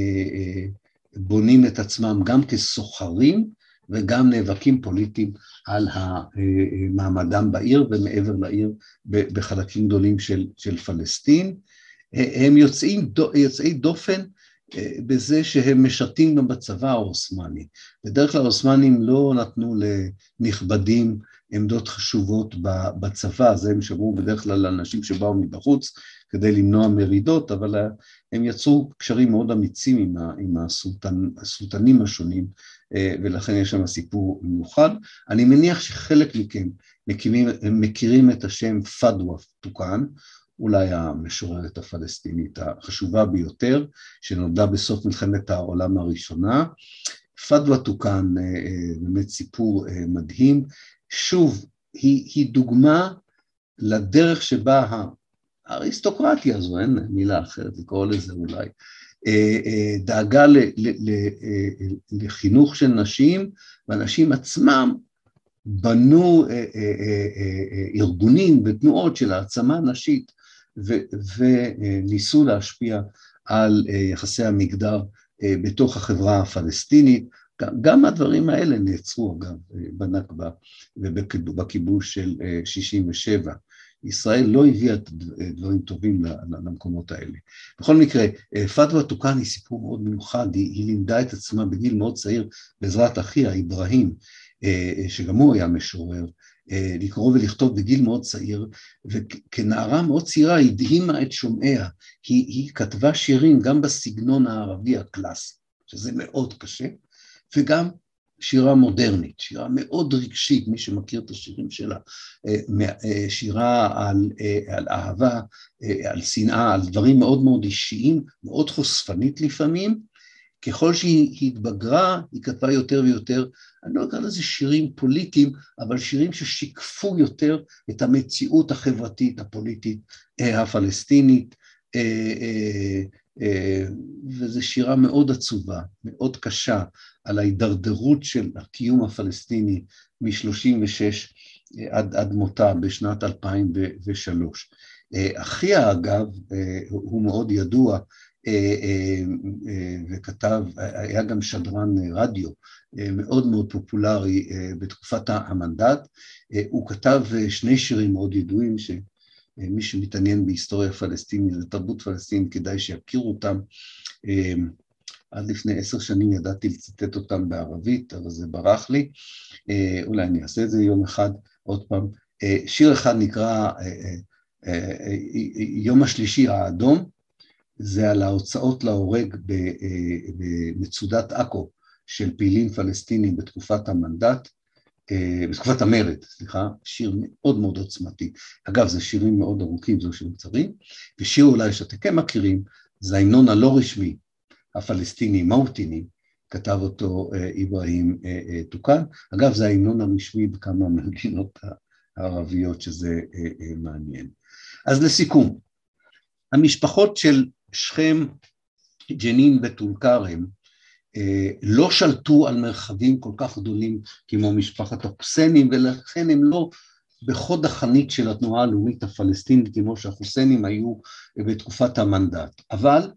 Speaker 2: בונים את עצמם גם כסוחרים, וגם נאבקים פוליטיים על מעמדם בעיר, ומעבר לעיר בחלקים גדולים של, של פלסטין. הם יוצאים, יוצאי דופן, בזה שהם משרתים גם בצבא האוסמני. בדרך כלל האוסמנים לא נתנו לנכבדים עמדות חשובות בצבא, זה הם שמרו בדרך כלל לאנשים שבאו מבחוץ כדי למנוע מרידות, אבל הם יצרו קשרים מאוד אמיצים עם, עם הסולטן, הסולטנים השונים, ולכן יש שם סיפור מיוחד. אני מניח שחלק מכם מכירים, מכירים את השם פדווה טוקן, אולי המשוררת הפלסטינית החשובה ביותר, שנולדה בסוף מלחמת העולם הראשונה. פדווה טוקן, באמת סיפור מדהים, שוב, היא, היא דוגמה לדרך שבה האריסטוקרטיה הזו, אין מילה אחרת לקרוא לזה אולי, דאגה ל, ל, ל, לחינוך של נשים, ואנשים עצמם בנו ארגונים ותנועות של העצמה נשית, וניסו להשפיע על יחסי המגדר בתוך החברה הפלסטינית. גם הדברים האלה נעצרו אגב בנכבה ובכיבוש של שישים ושבע. ישראל לא הביאה דברים טובים למקומות האלה. בכל מקרה, פדווה טוקן היא סיפור מאוד מיוחד, היא, היא לימדה את עצמה בגיל מאוד צעיר בעזרת אחיה, איברהים, שגם הוא היה משורר, לקרוא ולכתוב בגיל מאוד צעיר, וכנערה מאוד צעירה היא הדהימה את שומעיה, היא, היא כתבה שירים גם בסגנון הערבי הקלאסי, שזה מאוד קשה, וגם שירה מודרנית, שירה מאוד רגשית, מי שמכיר את השירים שלה, שירה על, על אהבה, על שנאה, על דברים מאוד מאוד אישיים, מאוד חושפנית לפעמים. ככל שהיא התבגרה, היא כתבה יותר ויותר, אני לא אקרא לזה שירים פוליטיים, אבל שירים ששיקפו יותר את המציאות החברתית, הפוליטית, הפלסטינית, וזו שירה מאוד עצובה, מאוד קשה, על ההידרדרות של הקיום הפלסטיני מ-שלושים ושש עד, עד מותה בשנת אלפיים ושלוש. אחיה אגב, הוא מאוד ידוע, וכתב, היה גם שדרן רדיו מאוד מאוד פופולרי בתקופת המנדט, הוא כתב שני שירים מאוד ידועים, שמי שמתעניין בהיסטוריה פלסטינית, לתרבות פלסטינית, כדאי שיכירו אותם. עד לפני עשר שנים ידעתי לצטט אותם בערבית, אבל זה ברח לי, אולי אני אעשה את זה יום אחד, עוד פעם. שיר אחד נקרא יום השלישי האדום, זה על ההוצאות להורג במצודת עכו של פעילים פלסטינים בתקופת המנדט, בתקופת המרד, סליחה, שיר מאוד מאוד עוצמתי. אגב, זה שירים מאוד ארוכים, זו שירים קצרים, ושיר אולי שאתם מכירים, זה ההמנון הלא רשמי, הפלסטיני מאוטיני, כתב אותו אברהים טוקן. אגב, זה ההמנון הרשמי בכמה מדינות הערביות, שזה מעניין. אז לסיכום, המשפחות של שכם, ג'נין וטול כרם, לא שלטו על מרחבים כל כך גדולים כמו משפחת החוסיינים, ולכן הם לא בחוד החנית של התנועה הלאומית הפלסטינית, כמו שהחוסיינים היו בתקופת המנדט. אבל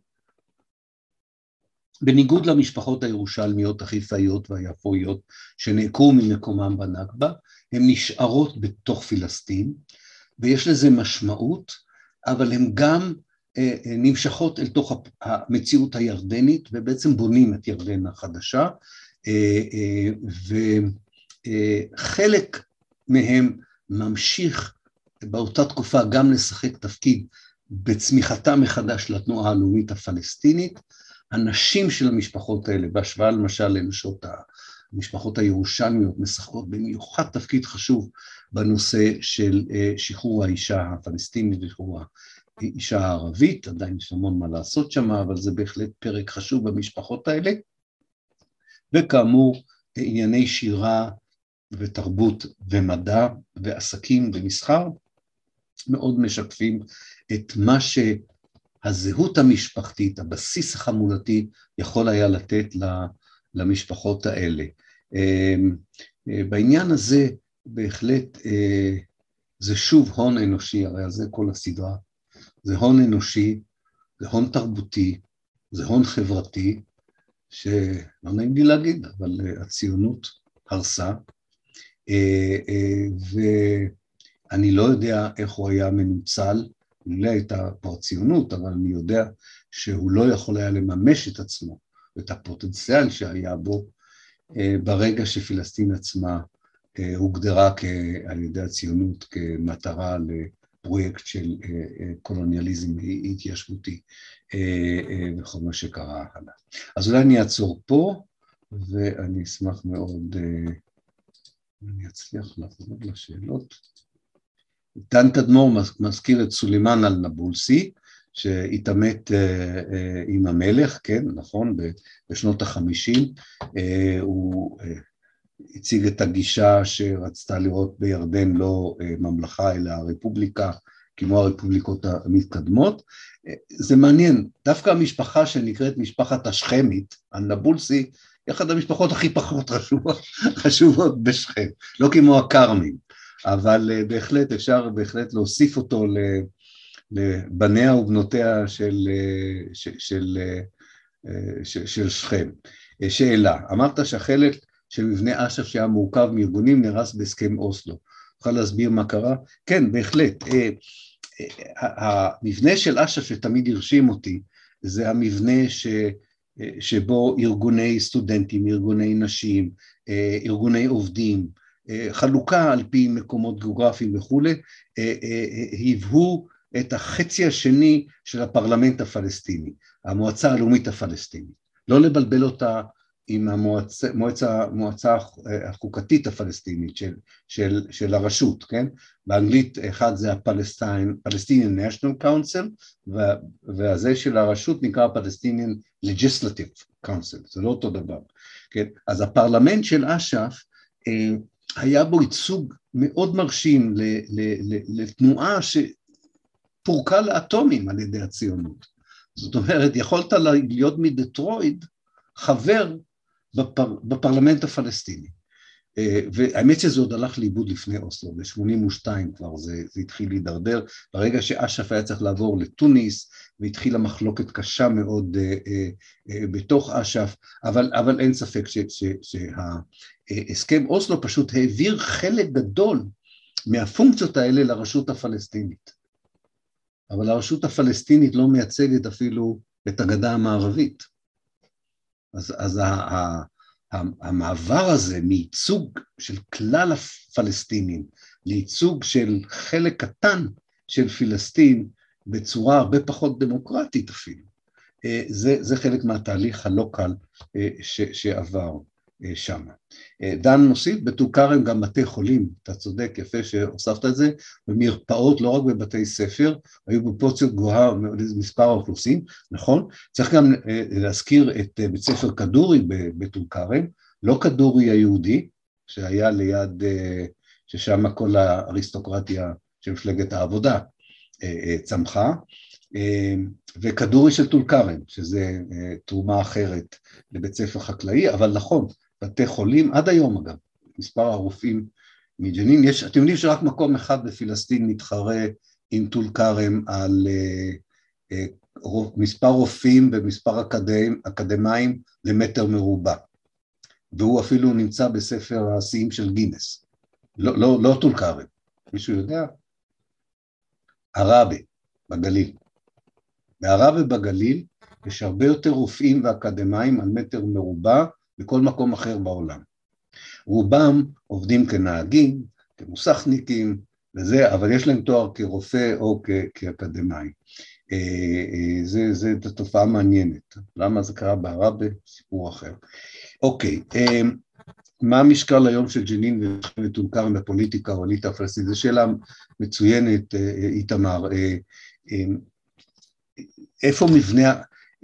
Speaker 2: בניגוד למשפחות הירושלמיות, החיפאיות והיפואיות, שנעקרו ממקומם בנכבה, הן נשארות בתוך פלסטין, ויש לזה משמעות, אבל הן גם נמשכות אל תוך המציאות הירדנית, ובעצם בונים את ירדן החדשה, וחלק מהם ממשיך באותה תקופה גם לשחק תפקיד בצמיחתה מחדש לתנועה הלאומית הפלסטינית. הנשים של המשפחות האלה, בהשוואה למשל לנשות המשפחות הירושלמיות, משחקות במיוחד תפקיד חשוב בנושא של שחרור האישה הפלסטינית ושחרור האישה הערבית. עדיין יש המון מה לעשות שם, אבל זה בהחלט פרק חשוב במשפחות האלה. וכאמור, ענייני שירה ותרבות ומדע ועסקים ומסחר מאוד משקפים את מה שהזהות המשפחתית, הבסיס החמולתי, יכול היה לתת למשפחות האלה. בעניין הזה בהחלט זה שוב הון אנושי, הרי זה כל הסדרה, זה הון אנושי, זה הון תרבותי, זה הון חברתי, שלא נעים לי להגיד, אבל הציונות הרסה, ואני לא יודע איך הוא היה מנוצל, לא הייתה פה הציונות, אבל אני יודע שהוא לא יכול היה לממש את עצמו, את הפוטנציאל שהיה בו, ברגע שפלסטין עצמה הוגדרה על ידי הציונות כמטרה לפרויקט של קולוניאליזם התיישבותי וכל מה שקרה הלאה. אז אולי אני אעצור פה, ואני אשמח מאוד, אני אצליח לעבור לשאלות. דן תדמור מזכיר את סולימאן אל-נבולסי, שהתעמת עם המלך, כן, נכון, בשנות החמישים, הוא הציג את הגישה שרצתה לראות בירדן לא ממלכה, אלא הרפובליקה, כמו הרפובליקות המתקדמות. זה מעניין, דווקא המשפחה שנקראת משפחת השכמית, אל-נבולסי, היא אחת המשפחות הכי פחות חשובות, חשובות בשכם, לא כמו הכרמים, אבל בהחלט אפשר בהחלט להוסיף אותו לבניה ובנותיה של, של, של, של, של שכם. שאלה, אמרת שהחלק של מבנה אש"ף שהיה מורכב מארגונים נרס בהסכם אוסלו, יכול להסביר מה קרה? כן, בהחלט. המבנה של אש"ף שתמיד הרשים אותי, זה המבנה ש... שבו ארגוני סטודנטים, ארגוני נשים, ארגוני עובדים, חלוקה על פי מקומות גיאוגרפיים וכו', היוו את החצי השני של הפרלמנט הפלסטיני, המועצה הלאומית הפלסטינית. לא לבלבל אותה עם המועצה, מועצה, מועצה החוקתית הפלסטינית של, של, של הרשות, כן? באנגלית אחד זה הפלסטיין, Palestinian National Council, והזה של הרשות נקרא Palestinian Legislative Council, זה לא אותו דבר, כן? אז הפרלמנט של אש"ף, היה בו ייצוג מאוד מרשים ל, ל, ל, לתנועה שפורקה לאטומים על ידי הציונות. זאת אומרת, יכולת להיות מדטרויד חבר בפר, בפרלמנט הפלסטיני. והאמת שזה עוד הלך לאיבוד לפני אוסלו, ב-שמונים ושתיים כבר זה, זה התחיל להידרדר, ברגע שאש"ף היה צריך לעבור לטוניס, והתחילה מחלוקת קשה מאוד אה, אה, אה, בתוך אש"ף, אבל, אבל אין ספק ש, ש, שההסכם אוסלו פשוט העביר חלק גדול מהפונקציות האלה לרשות הפלסטינית. אבל הרשות הפלסטינית לא מייצגת אפילו את הגדה המערבית. אז, אז ה, ה, המעבר הזה מייצוג של כלל הפלסטינים לייצוג של חלק קטן של פלסטין בצורה הרבה פחות דמוקרטית אפילו, זה, זה חלק מהתהליך הלא קל ש, שעבר שם. דן מוסיף, בטול כרם גם בתי חולים, אתה צודק, יפה שהוספת את זה, במרפאות, לא רק בבתי ספר, היו בפרופורציות גבוהה מספר האוכלוסין, נכון? צריך גם להזכיר את בית ספר כדורי בטול כרם, לא כדורי היהודי, שהיה ליד, ששם כל האריסטוקרטיה של מפלגת העבודה צמחה, וכדורי של טול כרם, שזה תרומה אחרת לבית ספר חקלאי, אבל נכון, בתי חולים, עד היום אגב, מספר הרופאים מג'נין, יש, אתם יודעים שרק מקום אחד בפלסטין מתחרה עם טול כרם על uh, uh, מספר רופאים ומספר אקדמ, אקדמיים למטר מרובע, והוא אפילו נמצא בספר השיאים של גינס, לא, לא, לא טול כרם, מישהו יודע? עראבה, בגליל. בעראבה בגליל יש הרבה יותר רופאים ואקדמיים על מטר מרובע, בכל מקום אחר בעולם. רובם עובדים כנהגים, כמוסכניקים, וזה, אבל יש להם תואר כרופא או כאקדמאי. זה, זה תופעה מעניינת. למה זה קרה בעראבה? סיפור אחר. אוקיי, מה המשקל היום של ג'נין וטול כרם בפוליטיקה העולמית הפלסטינית? זו שאלה מצוינת, איתמר. איפה מבנה...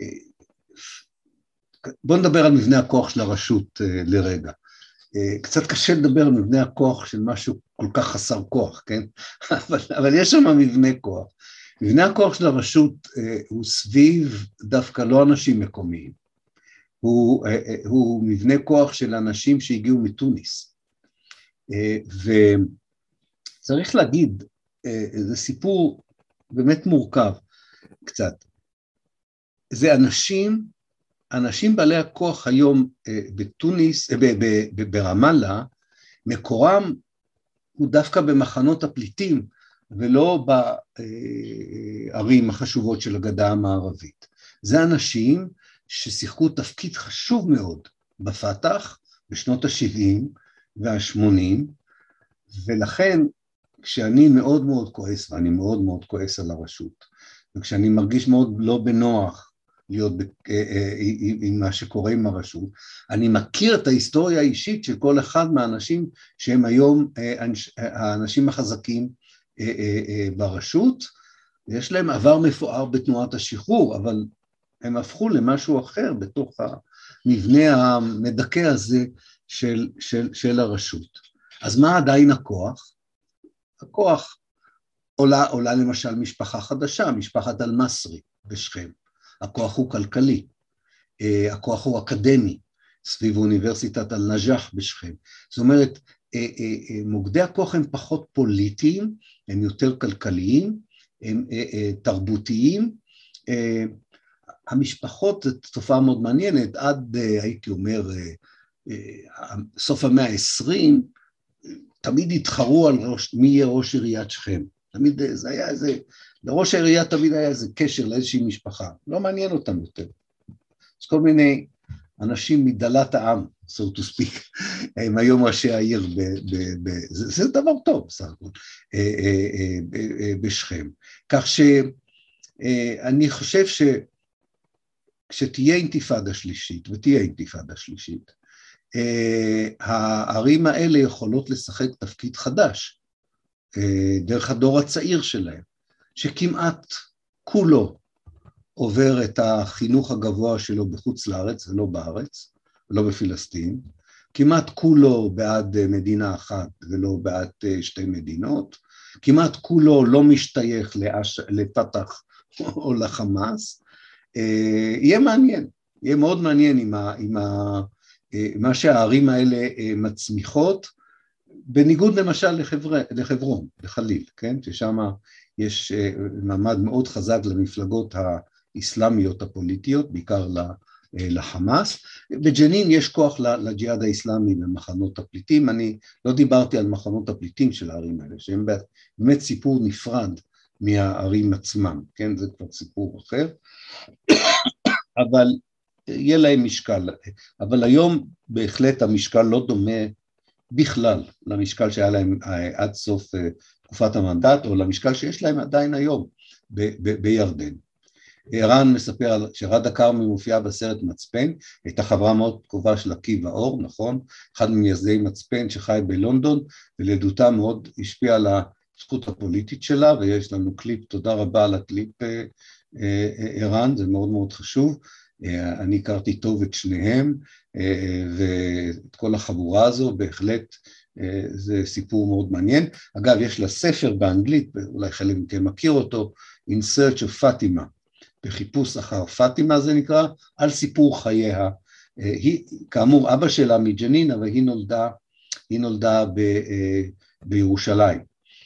Speaker 2: בוא נדבר על מבנה הכוח של הרשות לרגע. קצת קשה לדבר על מבנה הכוח של משהו כל כך חסר כוח, כן? אבל, אבל יש שם מבנה כוח. מבנה הכוח של הרשות הוא סביב דווקא לא אנשים מקומיים. הוא, הוא מבנה כוח של אנשים שהגיעו מתוניס. וצריך להגיד, זה סיפור באמת מורכב קצת. זה אנשים, אנשים בעלי הכוח היום בתוניס, ברמאללה, מקורם הוא דווקא במחנות הפליטים, ולא בערים החשובות של הגדה המערבית. זה אנשים ששיחקו תפקיד חשוב מאוד בפתח, בשנות ה-שבעים וה-שמונים, ולכן כשאני מאוד מאוד כועס, ואני מאוד מאוד כועס על הרשות, וכשאני מרגיש מאוד לא בנוח, להיות עם מה שקורה עם הרשות, אני מכיר את ההיסטוריה האישית של כל אחד מהאנשים שהם היום האנשים החזקים ברשות, יש להם עבר מפואר בתנועת השחרור, אבל הם הפכו למשהו אחר בתוך המבנה המדכא הזה של, של, של הרשות. אז מה עדיין הכוח? הכוח עולה, עולה למשל משפחה חדשה, משפחת אל-מסרי בשכם. הכוח הוא כלכלי, הכוח הוא אקדמי, סביב אוניברסיטת אל-נג'אח בשכם. זאת אומרת, מוקדי הכוח הם פחות פוליטיים, הם יותר כלכליים, הם תרבותיים. המשפחות, זו תופעה מאוד מעניינת, עד, הייתי אומר, סוף המאה ה-עשרים, תמיד התחרו על ראש, מי יהיה ראש עיריית שכם. תמיד זה היה איזה, לראש העירייה תמיד היה איזה קשר לאיזושהי משפחה, לא מעניין אותם יותר. אז כל מיני אנשים מדלת העם, so to speak, הם היום ראשי העיר, ב, ב, ב, זה, זה דבר טוב, בסך הכל, בשכם. כך שאני חושב שכשתהיה אינתיפאדה שלישית, ותהיה אינתיפאדה שלישית, הערים האלה יכולות לשחק תפקיד חדש, דרך הדור הצעיר שלהם, שכמעט כולו עובר את החינוך הגבוה שלו בחוץ לארץ ולא בארץ, ולא בפלסטין, כמעט כולו בעד מדינה אחת ולא בעד שתי מדינות, כמעט כולו לא משתייך לאש... לפתח או לחמאס, יהיה מעניין, יהיה מאוד מעניין עם, ה... עם ה... מה שהערים האלה מצמיחות, בניגוד למשל לחבר... לחברון, לחליל, כן? ששם יש מעמד מאוד חזק למפלגות האסלאמיות הפוליטיות, בעיקר לחמאס. בג'נין יש כוח לג'יהאד האסלאמי במחנות הפליטים, אני לא דיברתי על מחנות הפליטים של הערים האלה, שהם באמת סיפור נפרד מהערים עצמם, כן? זה כבר סיפור אחר, אבל יהיה להם משקל, אבל היום בהחלט המשקל לא דומה בכלל למשקל שהיה להם עד סוף תקופת המנדט, או למשקל שיש להם עדיין היום ב- ב- בירדן. ערן מספר שרדה כרמי מופיעה בסרט מצפן, הייתה חברה מאוד קרובה של עקיבא אור, נכון? אחד ממייסדי מצפן שחי בלונדון, ולעדותה מאוד השפיעה על הזכות הפוליטית שלה, ויש לנו קליפ, תודה רבה על הקליפ ערן, זה מאוד מאוד חשוב, אני הכרתי טוב את שניהם, ואת כל החבורה הזו, בהחלט זה סיפור מאוד מעניין. אגב, יש לה ספר באנגלית, אולי חלק מכם מכיר אותו, In Search of Fatima, בחיפוש אחר פאטימה זה נקרא, על סיפור חייה. היא, כאמור, אבא שלה מג'נין, אבל היא נולדה, היא נולדה ב, בירושלים.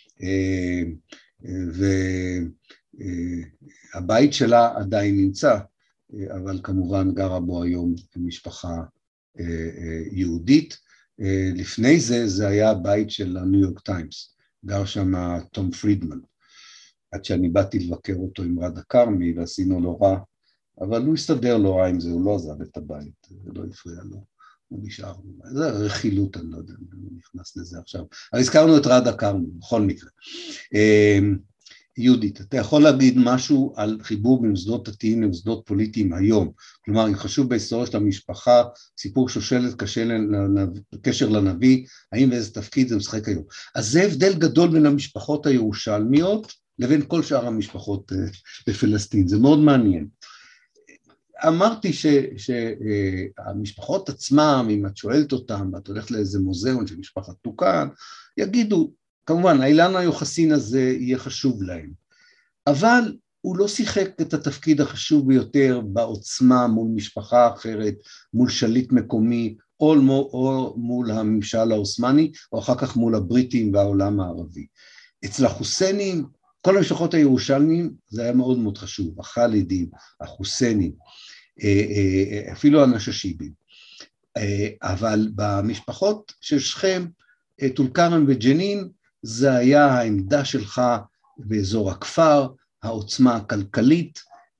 Speaker 2: והבית שלה עדיין נמצא, אבל כמובן גרה בו היום משפחה יהודית. לפני זה, זה היה הבית של הניו יורק טיימס, גר שם תום פרידמן. עד שאני באתי לבקר אותו עם רדה כרמי, ועשינו לו רע, אבל הוא הסתדר לו רע עם זה, הוא לא עזב את הבית, זה לא הפריע לו, הוא נשאר, זה רכילות, אני לא יודע, אני נכנס לזה עכשיו, אבל הזכרנו את רדה כרמי, בכל מקרה. יהודית, אתה יכול להגיד משהו על חיבור במוסדות דתיים למוסדות פוליטיים היום, כלומר, אם חשוב בהיסטוריה של המשפחה, סיפור שושלת קשר לנביא, האם ואיזה תפקיד זה משחק היום. אז זה הבדל גדול בין המשפחות הירושלמיות, לבין כל שאר המשפחות בפלסטין, זה מאוד מעניין. אמרתי שהמשפחות עצמם, אם את שואלת אותם, ואת הולכת לאיזה מוזיאון של משפחת טוקן, יגידו, כמובן, האילן היוחסין הזה יהיה חשוב להם, אבל הוא לא שיחק את התפקיד החשוב ביותר בעוצמה מול משפחה אחרת, מול שליט מקומי, או, או מול הממשל העות'מאני, או אחר כך מול הבריטים והעולם הערבי. אצל החוסיינים, כל המשפחות הירושלמים זה היה מאוד מאוד חשוב, החלידים, החוסיינים, אפילו הנשאשיבים. אבל במשפחות של שכם, טול כרם וג'נין, זה היה העמדה שלך באזור הכפר, העוצמה הכלכלית,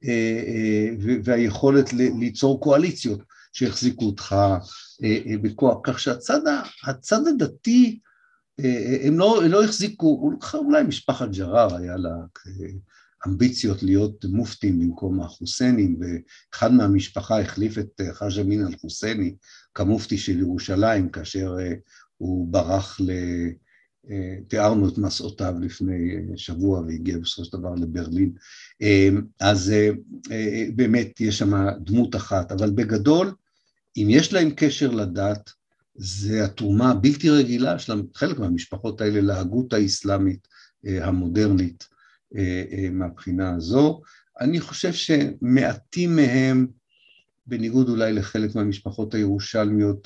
Speaker 2: והיכולת ליצור קואליציות שהחזיקו אותך בכוח. כך שהצד הצד הדתי, הם לא, לא החזיקו, אולי משפחת ג'רר היה לה אמביציות להיות מופתים במקום החוסיינים, ואחד מהמשפחה החליף את חאג' אמין אל-חוסייני כמופתי של ירושלים, כאשר הוא ברח, תיארנו את מסעותיו לפני שבוע והגיע בסופו של דבר לברלין, אז באמת יש שם דמות אחת, אבל בגדול, אם יש להם קשר לדת, זה התרומה הבלתי רגילה של חלק מהמשפחות האלה להגות האסלאמית המודרנית מהבחינה הזו. אני חושב שמעטים מהם, בניגוד אולי לחלק מהמשפחות הירושלמיות,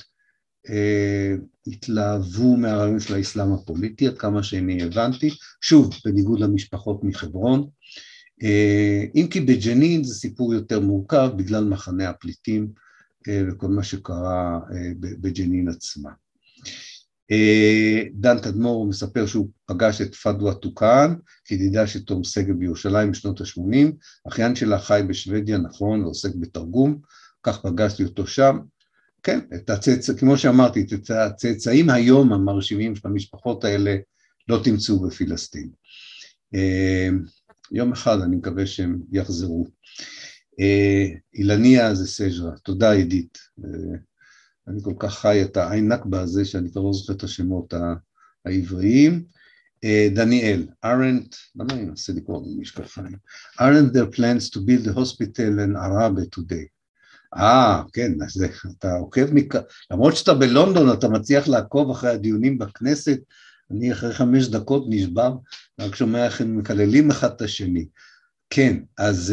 Speaker 2: התלהבו מהרעיון של האסלאם הפוליטי, עד כמה שאני הבנתי, שוב, בניגוד למשפחות מחברון, אם כי בג'נין זה סיפור יותר מורכב, בגלל מחנה הפליטים, וכל מה שקרה בג'נין עצמה. דן תדמור מספר שהוא פגש את פדווה טוקן, כידידה של תום שגב בירושלים בשנות ה-שמונים, אחיין שלה חי בשוודיה, נכון, ועוסק בתרגום, כך פגשתי אותו שם. כן, את הצאצ... כמו שאמרתי, את הצאצאים היום המרשימים של המשפחות האלה לא תמצאו בפלסטין. יום אחד אני מקווה שהם יחזרו. אילניה זה סג'רה, תודה עידית, אני כל כך חי את העין נקבה הזה שאני כבר לא זוכר את השמות העבריים. דניאל, aren't, למה אני מנסה לקרוא במשקפיים? aren't there plans to build a hospital in Arabe today? אה, כן, אז אתה עוקב, מכ... למרות שאתה בלונדון אתה מצליח לעקוב אחרי הדיונים בכנסת, אני אחרי חמש דקות נשבר, רק שומע איך הם מקללים אחד את השני. כן, אז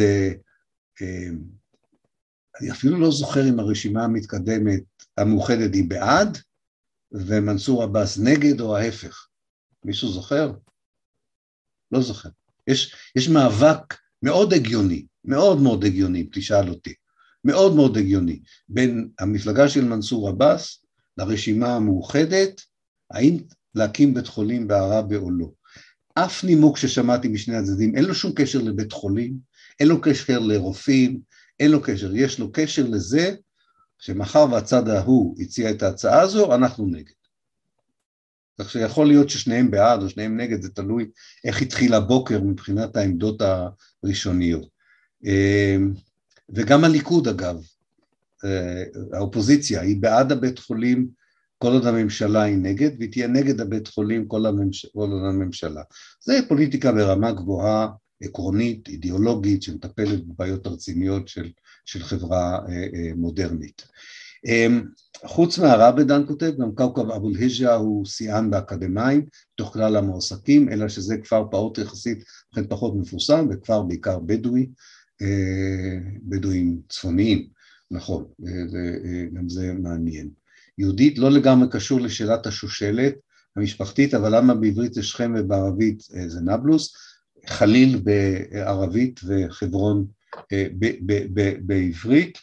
Speaker 2: אני אפילו לא זוכר אם הרשימה המתקדמת, המאוחדת היא בעד, ומנסור עבאס נגד או ההפך. מישהו זוכר? לא זוכר. יש, יש מאבק מאוד הגיוני, מאוד מאוד הגיוני, תשאל אותי, מאוד מאוד הגיוני, בין המפלגה של מנסור עבאס לרשימה המאוחדת, האם להקים בית חולים בעראבה או לא. אף נימוק ששמעתי משני הצדדים, אין לו שום קשר לבית חולים, אין לו קשר לרופאים, אין לו קשר, יש לו קשר לזה, שמחר והצד ההוא הציע את ההצעה הזו, אנחנו נגד. כך שיכול להיות ששניהם בעד או שניהם נגד, זה תלוי איך התחיל הבוקר מבחינת העמדות הראשוניות. וגם הליכוד אגב, האופוזיציה היא בעד הבית חולים כל עוד הממשלה היא נגד, והיא תהיה נגד הבית חולים כל, הממש... כל עוד הממשלה. זה פוליטיקה ברמה גבוהה, עקרונית, אידיאולוגית, שמטפלת בבעיות הרציניות של, של חברה מודרנית. חוץ מהרב דן כותב, גם כאוכב אבו אל-היג'ה הוא שיאן באקדמיים, תוך כלל המועסקים, אלא שזה כפר פעוט יחסית, לכן פחות מפורסם, וכפר בעיקר בדואי, בדואים צפוניים, נכון, וגם זה מעניין. יהודית לא לגמרי קשור לשאלת השושלת המשפחתית, אבל למה בעברית זה שכם ובערבית זה נבלוס, חליל בערבית וחברון בעברית.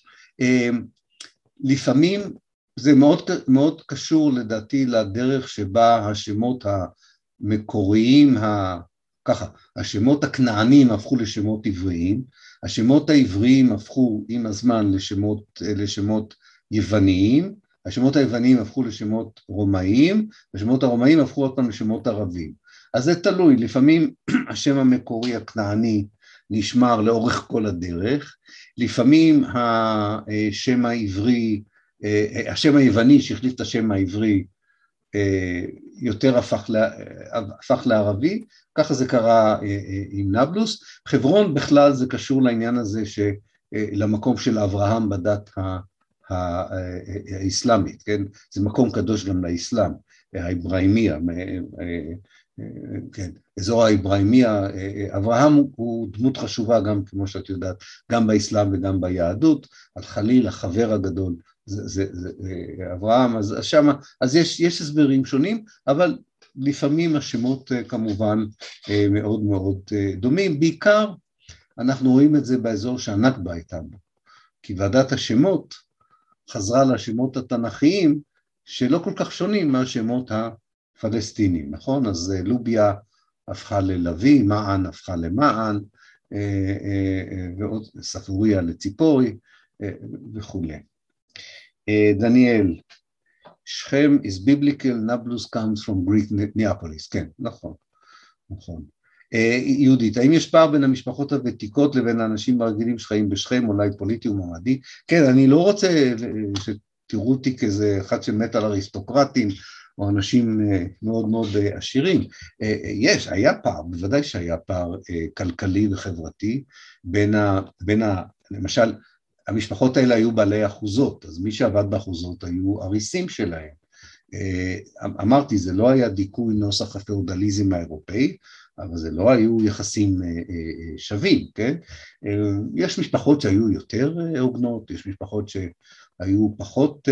Speaker 2: לפעמים זה מאוד, מאוד קשור לדעתי לדרך שבה השמות המקוריים, ככה, השמות הכנענים הפכו לשמות עבריים, השמות העבריים הפכו עם הזמן לשמות, לשמות יווניים, השמות היווניים הפכו לשמות רומאיים, השמות הרומאיים הפכו אותם לשמות ערבים. אז זה תלוי, לפעמים השם המקורי הכנעני נשמר לאורך כל הדרך, לפעמים השם העברי, השם היווני שהחליף את השם העברי יותר הפך, הפך לערבי, ככה זה קרה עם נבלוס. חברון בכלל זה קשור לעניין הזה שלמקום של אברהם בדת האסלאמית, כן? זה מקום קדוש גם לאסלאם, האברהימיה, כן, אזור האברהימיה, אברהם הוא דמות חשובה גם כמו שאת יודעת, גם באסלאם וגם ביהדות, על חליל החבר הגדול, זה, זה, זה אברהם, אז שמה, אז יש, יש הסברים שונים, אבל לפעמים השמות כמובן מאוד מאוד דומים, בעיקר אנחנו רואים את זה באזור שהנכבה הייתה בו, כי ועדת השמות חזרה לשמות התנ"כיים שלא כל כך שונים מהשמות הפלסטינים, נכון? אז לוביה הפכה ללוי, מען הפכה למען, ועוד ספוריה לציפורי וכו'. דניאל, שכם is biblical, Nablus comes from Greek Neapolis, כן, נכון, נכון. יהודית, האם יש פער בין המשפחות הוותיקות לבין האנשים הרגילים שחיים בשכם, אולי פוליטי ומעמדי? כן, אני לא רוצה שתראו אותי כאיזה אחד שמת על אריסטוקרטים, או אנשים מאוד מאוד עשירים. יש, היה פער, בוודאי שהיה פער כלכלי וחברתי, בין ה, בין ה, למשל, המשפחות האלה היו בעלי אחוזות, אז מי שעבד באחוזות היו אריסים שלהם. אמרתי, זה לא היה דיכוי נוסח הפאודליזם האירופאי, אבל זה לא היו יחסים שווים, כן? יש משפחות שהיו יותר הוגנות, יש משפחות שהיו פחות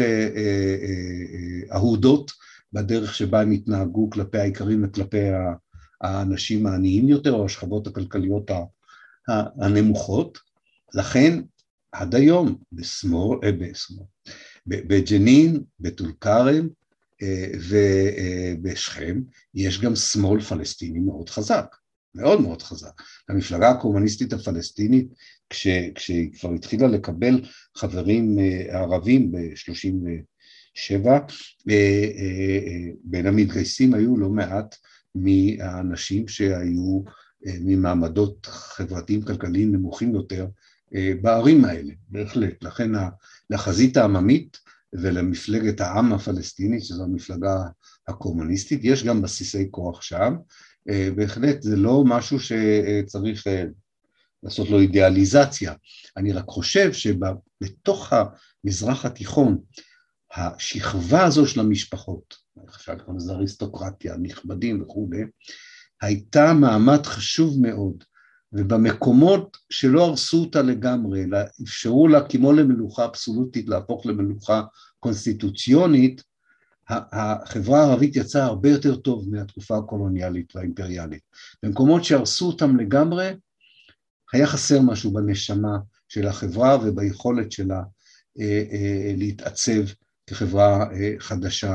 Speaker 2: אהודות בדרך שבה הם התנהגו כלפי העיקרים וכלפי האנשים העניים יותר, או השכבות הכלכליות הנמוכות. לכן, עד היום, בשמאל, בשמאל, בג'נין, בטול כרם, ובשכם יש גם שמאל פלסטיני מאוד חזק, מאוד מאוד חזק. המפלגה הקומוניסטית הפלסטינית, כש, כשהיא כבר התחילה לקבל חברים ערבים ב-שלושים ושבע, בין המתגייסים היו לא מעט מהאנשים שהיו ממעמדות חברתיים כלכליים נמוכים יותר בערים האלה, בהחלט. לכן לחזית העממית, ולמפלגת העם הפלסטינית, שזו המפלגה הקומוניסטית, יש גם בסיסי כוח שם, בהחלט זה לא משהו שצריך לעשות לו אידיאליזציה, אני רק חושב שבתוך המזרח התיכון, השכבה הזו של המשפחות, אפשר לקרוא לזה אריסטוקרטיה, נכבדים וכו', הייתה מעמד חשוב מאוד, ובמקומות שלא הרסו אותה לגמרי, אלא אפשרו לה כמו למלוכה אבסולוטית, להפוך למלוכה קונסטיטוציונית, החברה הערבית יצאה הרבה יותר טוב מהתקופה הקולוניאלית והאימפריאלית. במקומות שהרסו אותם לגמרי, היה חסר משהו בנשמה של החברה וביכולת שלה להתעצב כחברה חדשה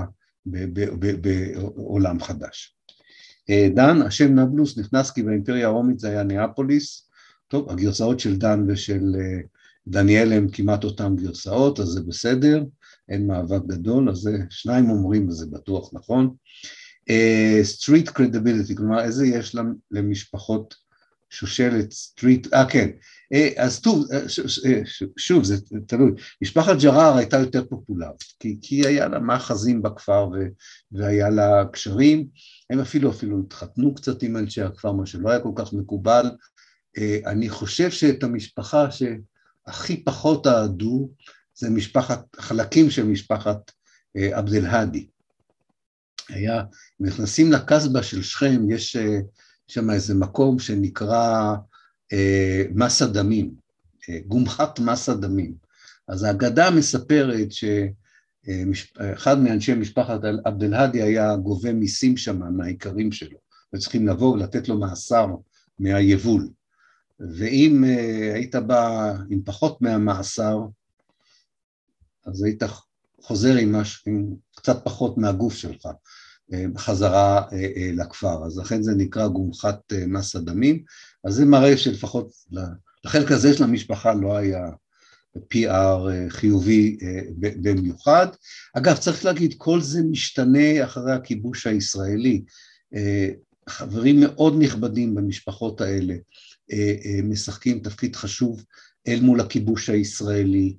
Speaker 2: בעולם חדש. דן, השם נבלוס נכנס כי באימפריה הרומית זה היה ניאפוליס, טוב, הגרסאות של דן ושל דניאל הם כמעט אותם גרסאות, אז זה בסדר, אין מאבק גדול, אז זה שניים אומרים וזה בטוח נכון. Street credibility, כלומר איזה יש למשפחות שושלת סטריט, אה כן, אז טוב, שוב, זה תלוי, משפחת ג'רר הייתה יותר פופולרית, כי, כי היה לה מאחזים בכפר ו, והיה לה קשרים, הם אפילו אפילו התחתנו קצת עם אנשי הכפר, מה שלא היה כל כך מקובל. אני חושב שאת המשפחה שהכי פחות אהדו, זה משפחת, חלקים של משפחת עבד אל-האדי. היה, נכנסים לקסבה של שכם, יש שם איזה מקום שנקרא מס הדמים, גומחת מס הדמים. אז האגדה מספרת שאחד מאנשי משפחת עבד אל-האדי היה גובה מיסים שם מהעיקרים שלו, וצריכים לבוא ולתת לו מאסר מהיבול. ואם היית בא עם פחות מהמאסר, אז היית חוזר עם, משהו, עם קצת פחות מהגוף שלך, בחזרה לכפר. אז לכן זה נקרא גומחת מס הדמים. אז זה מראה שלפחות לחלק הזה של המשפחה לא היה פי אר חיובי במיוחד. אגב, צריך להגיד, כל זה משתנה אחרי הכיבוש הישראלי. חברים מאוד נכבדים במשפחות האלה משחקים תפקיד חשוב אל מול הכיבוש הישראלי.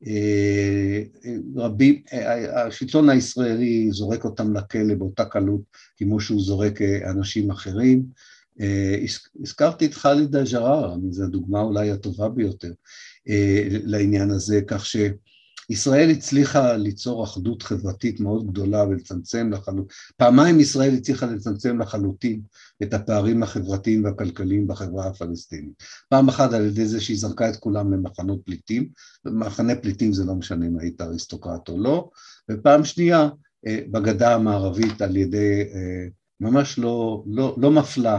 Speaker 2: רבים, השלטון הישראלי זורק אותם לכלא באותה קלות כמו שהוא זורק אנשים אחרים. הזכרתי את חאלידה ג'רר, זו הדוגמה אולי הטובה ביותר לעניין הזה, כך שישראל הצליחה ליצור אחדות חברתית מאוד גדולה ולצמצם לחלוטין, פעמיים ישראל הצליחה לצמצם לחלוטין את הפערים החברתיים והכלכליים בחברה הפלסטינית. פעם אחת על ידי זה שהיא זרקה את כולם למחנות פליטים, ומחנה פליטים זה לא משנה אם היית אריסטוקרט או לא, ופעם שנייה בגדה המערבית על ידי ממש לא, לא, לא מפלה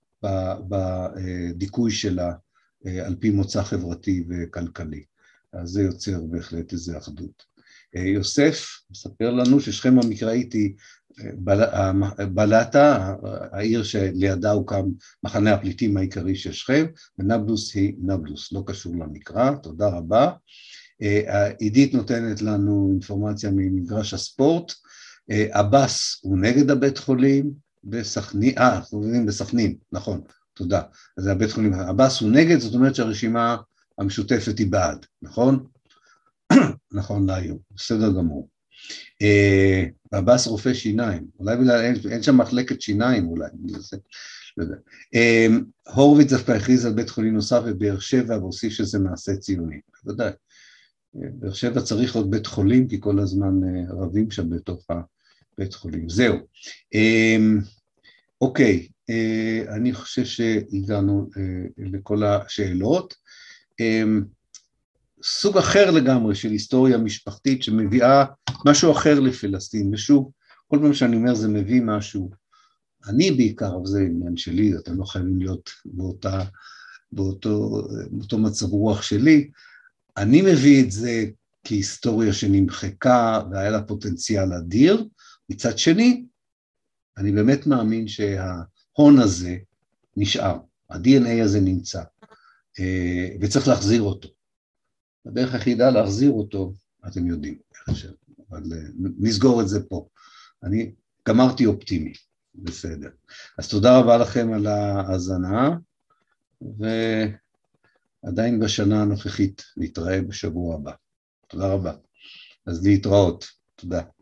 Speaker 2: בדיכוי שלה על פי מוצא חברתי וכלכלי. אז זה יוצר בהחלט איזו אחדות. יוסף מספר לנו ששכם המקראית היא בלטה, העיר שלידה הוקם מחנה הפליטים העיקרי של שכם, ונבלוס היא נבלוס, לא קשור למקרא, תודה רבה. עידית נותנת לנו אינפורמציה ממגרש הספורט, אבס הוא נגד הבית חולים בסכנין, אה, אנחנו מבינים בסכנין, נכון, תודה. אז זה הבית חולים, אבס הוא נגד, זאת אומרת שהרשימה המשותפת היא בעד, נכון? נכון להיום, בסדר גמור. אבס רופא שיניים, אולי בגלל, אין, אין שם מחלקת שיניים אולי, לא יודע. הורוביץ דווקא הכריז על בית חולים נוסף בבאר שבע, והוסיף שזה מעשה ציוני, בוודאי. באר שבע צריך עוד בית חולים, כי כל הזמן רבים שם בתוך הבית חולים. זהו. אוקיי, אני חושב שהגענו לכל השאלות. סוג אחר לגמרי של היסטוריה משפחתית שמביאה משהו אחר לפלסטין, ושוב, כל פעם שאני אומר זה מביא משהו, אני בעיקר, וזה עניין שלי, אתם לא חייבים להיות באותה, באותו, באותו מצב רוח שלי, אני מביא את זה כהיסטוריה שנמחקה והיה לה פוטנציאל אדיר, מצד שני, אני באמת מאמין שההון הזה נשאר, ה-די אן איי הזה נמצא, וצריך להחזיר אותו. הדרך היחידה להחזיר אותו, אתם יודעים, אבל נסגור את זה פה. אני גמרתי אופטימי, בסדר. אז תודה רבה לכם על ההאזנה, ועדיין בשנה הנוכחית נתראה בשבוע הבא. תודה רבה. אז להתראות. תודה.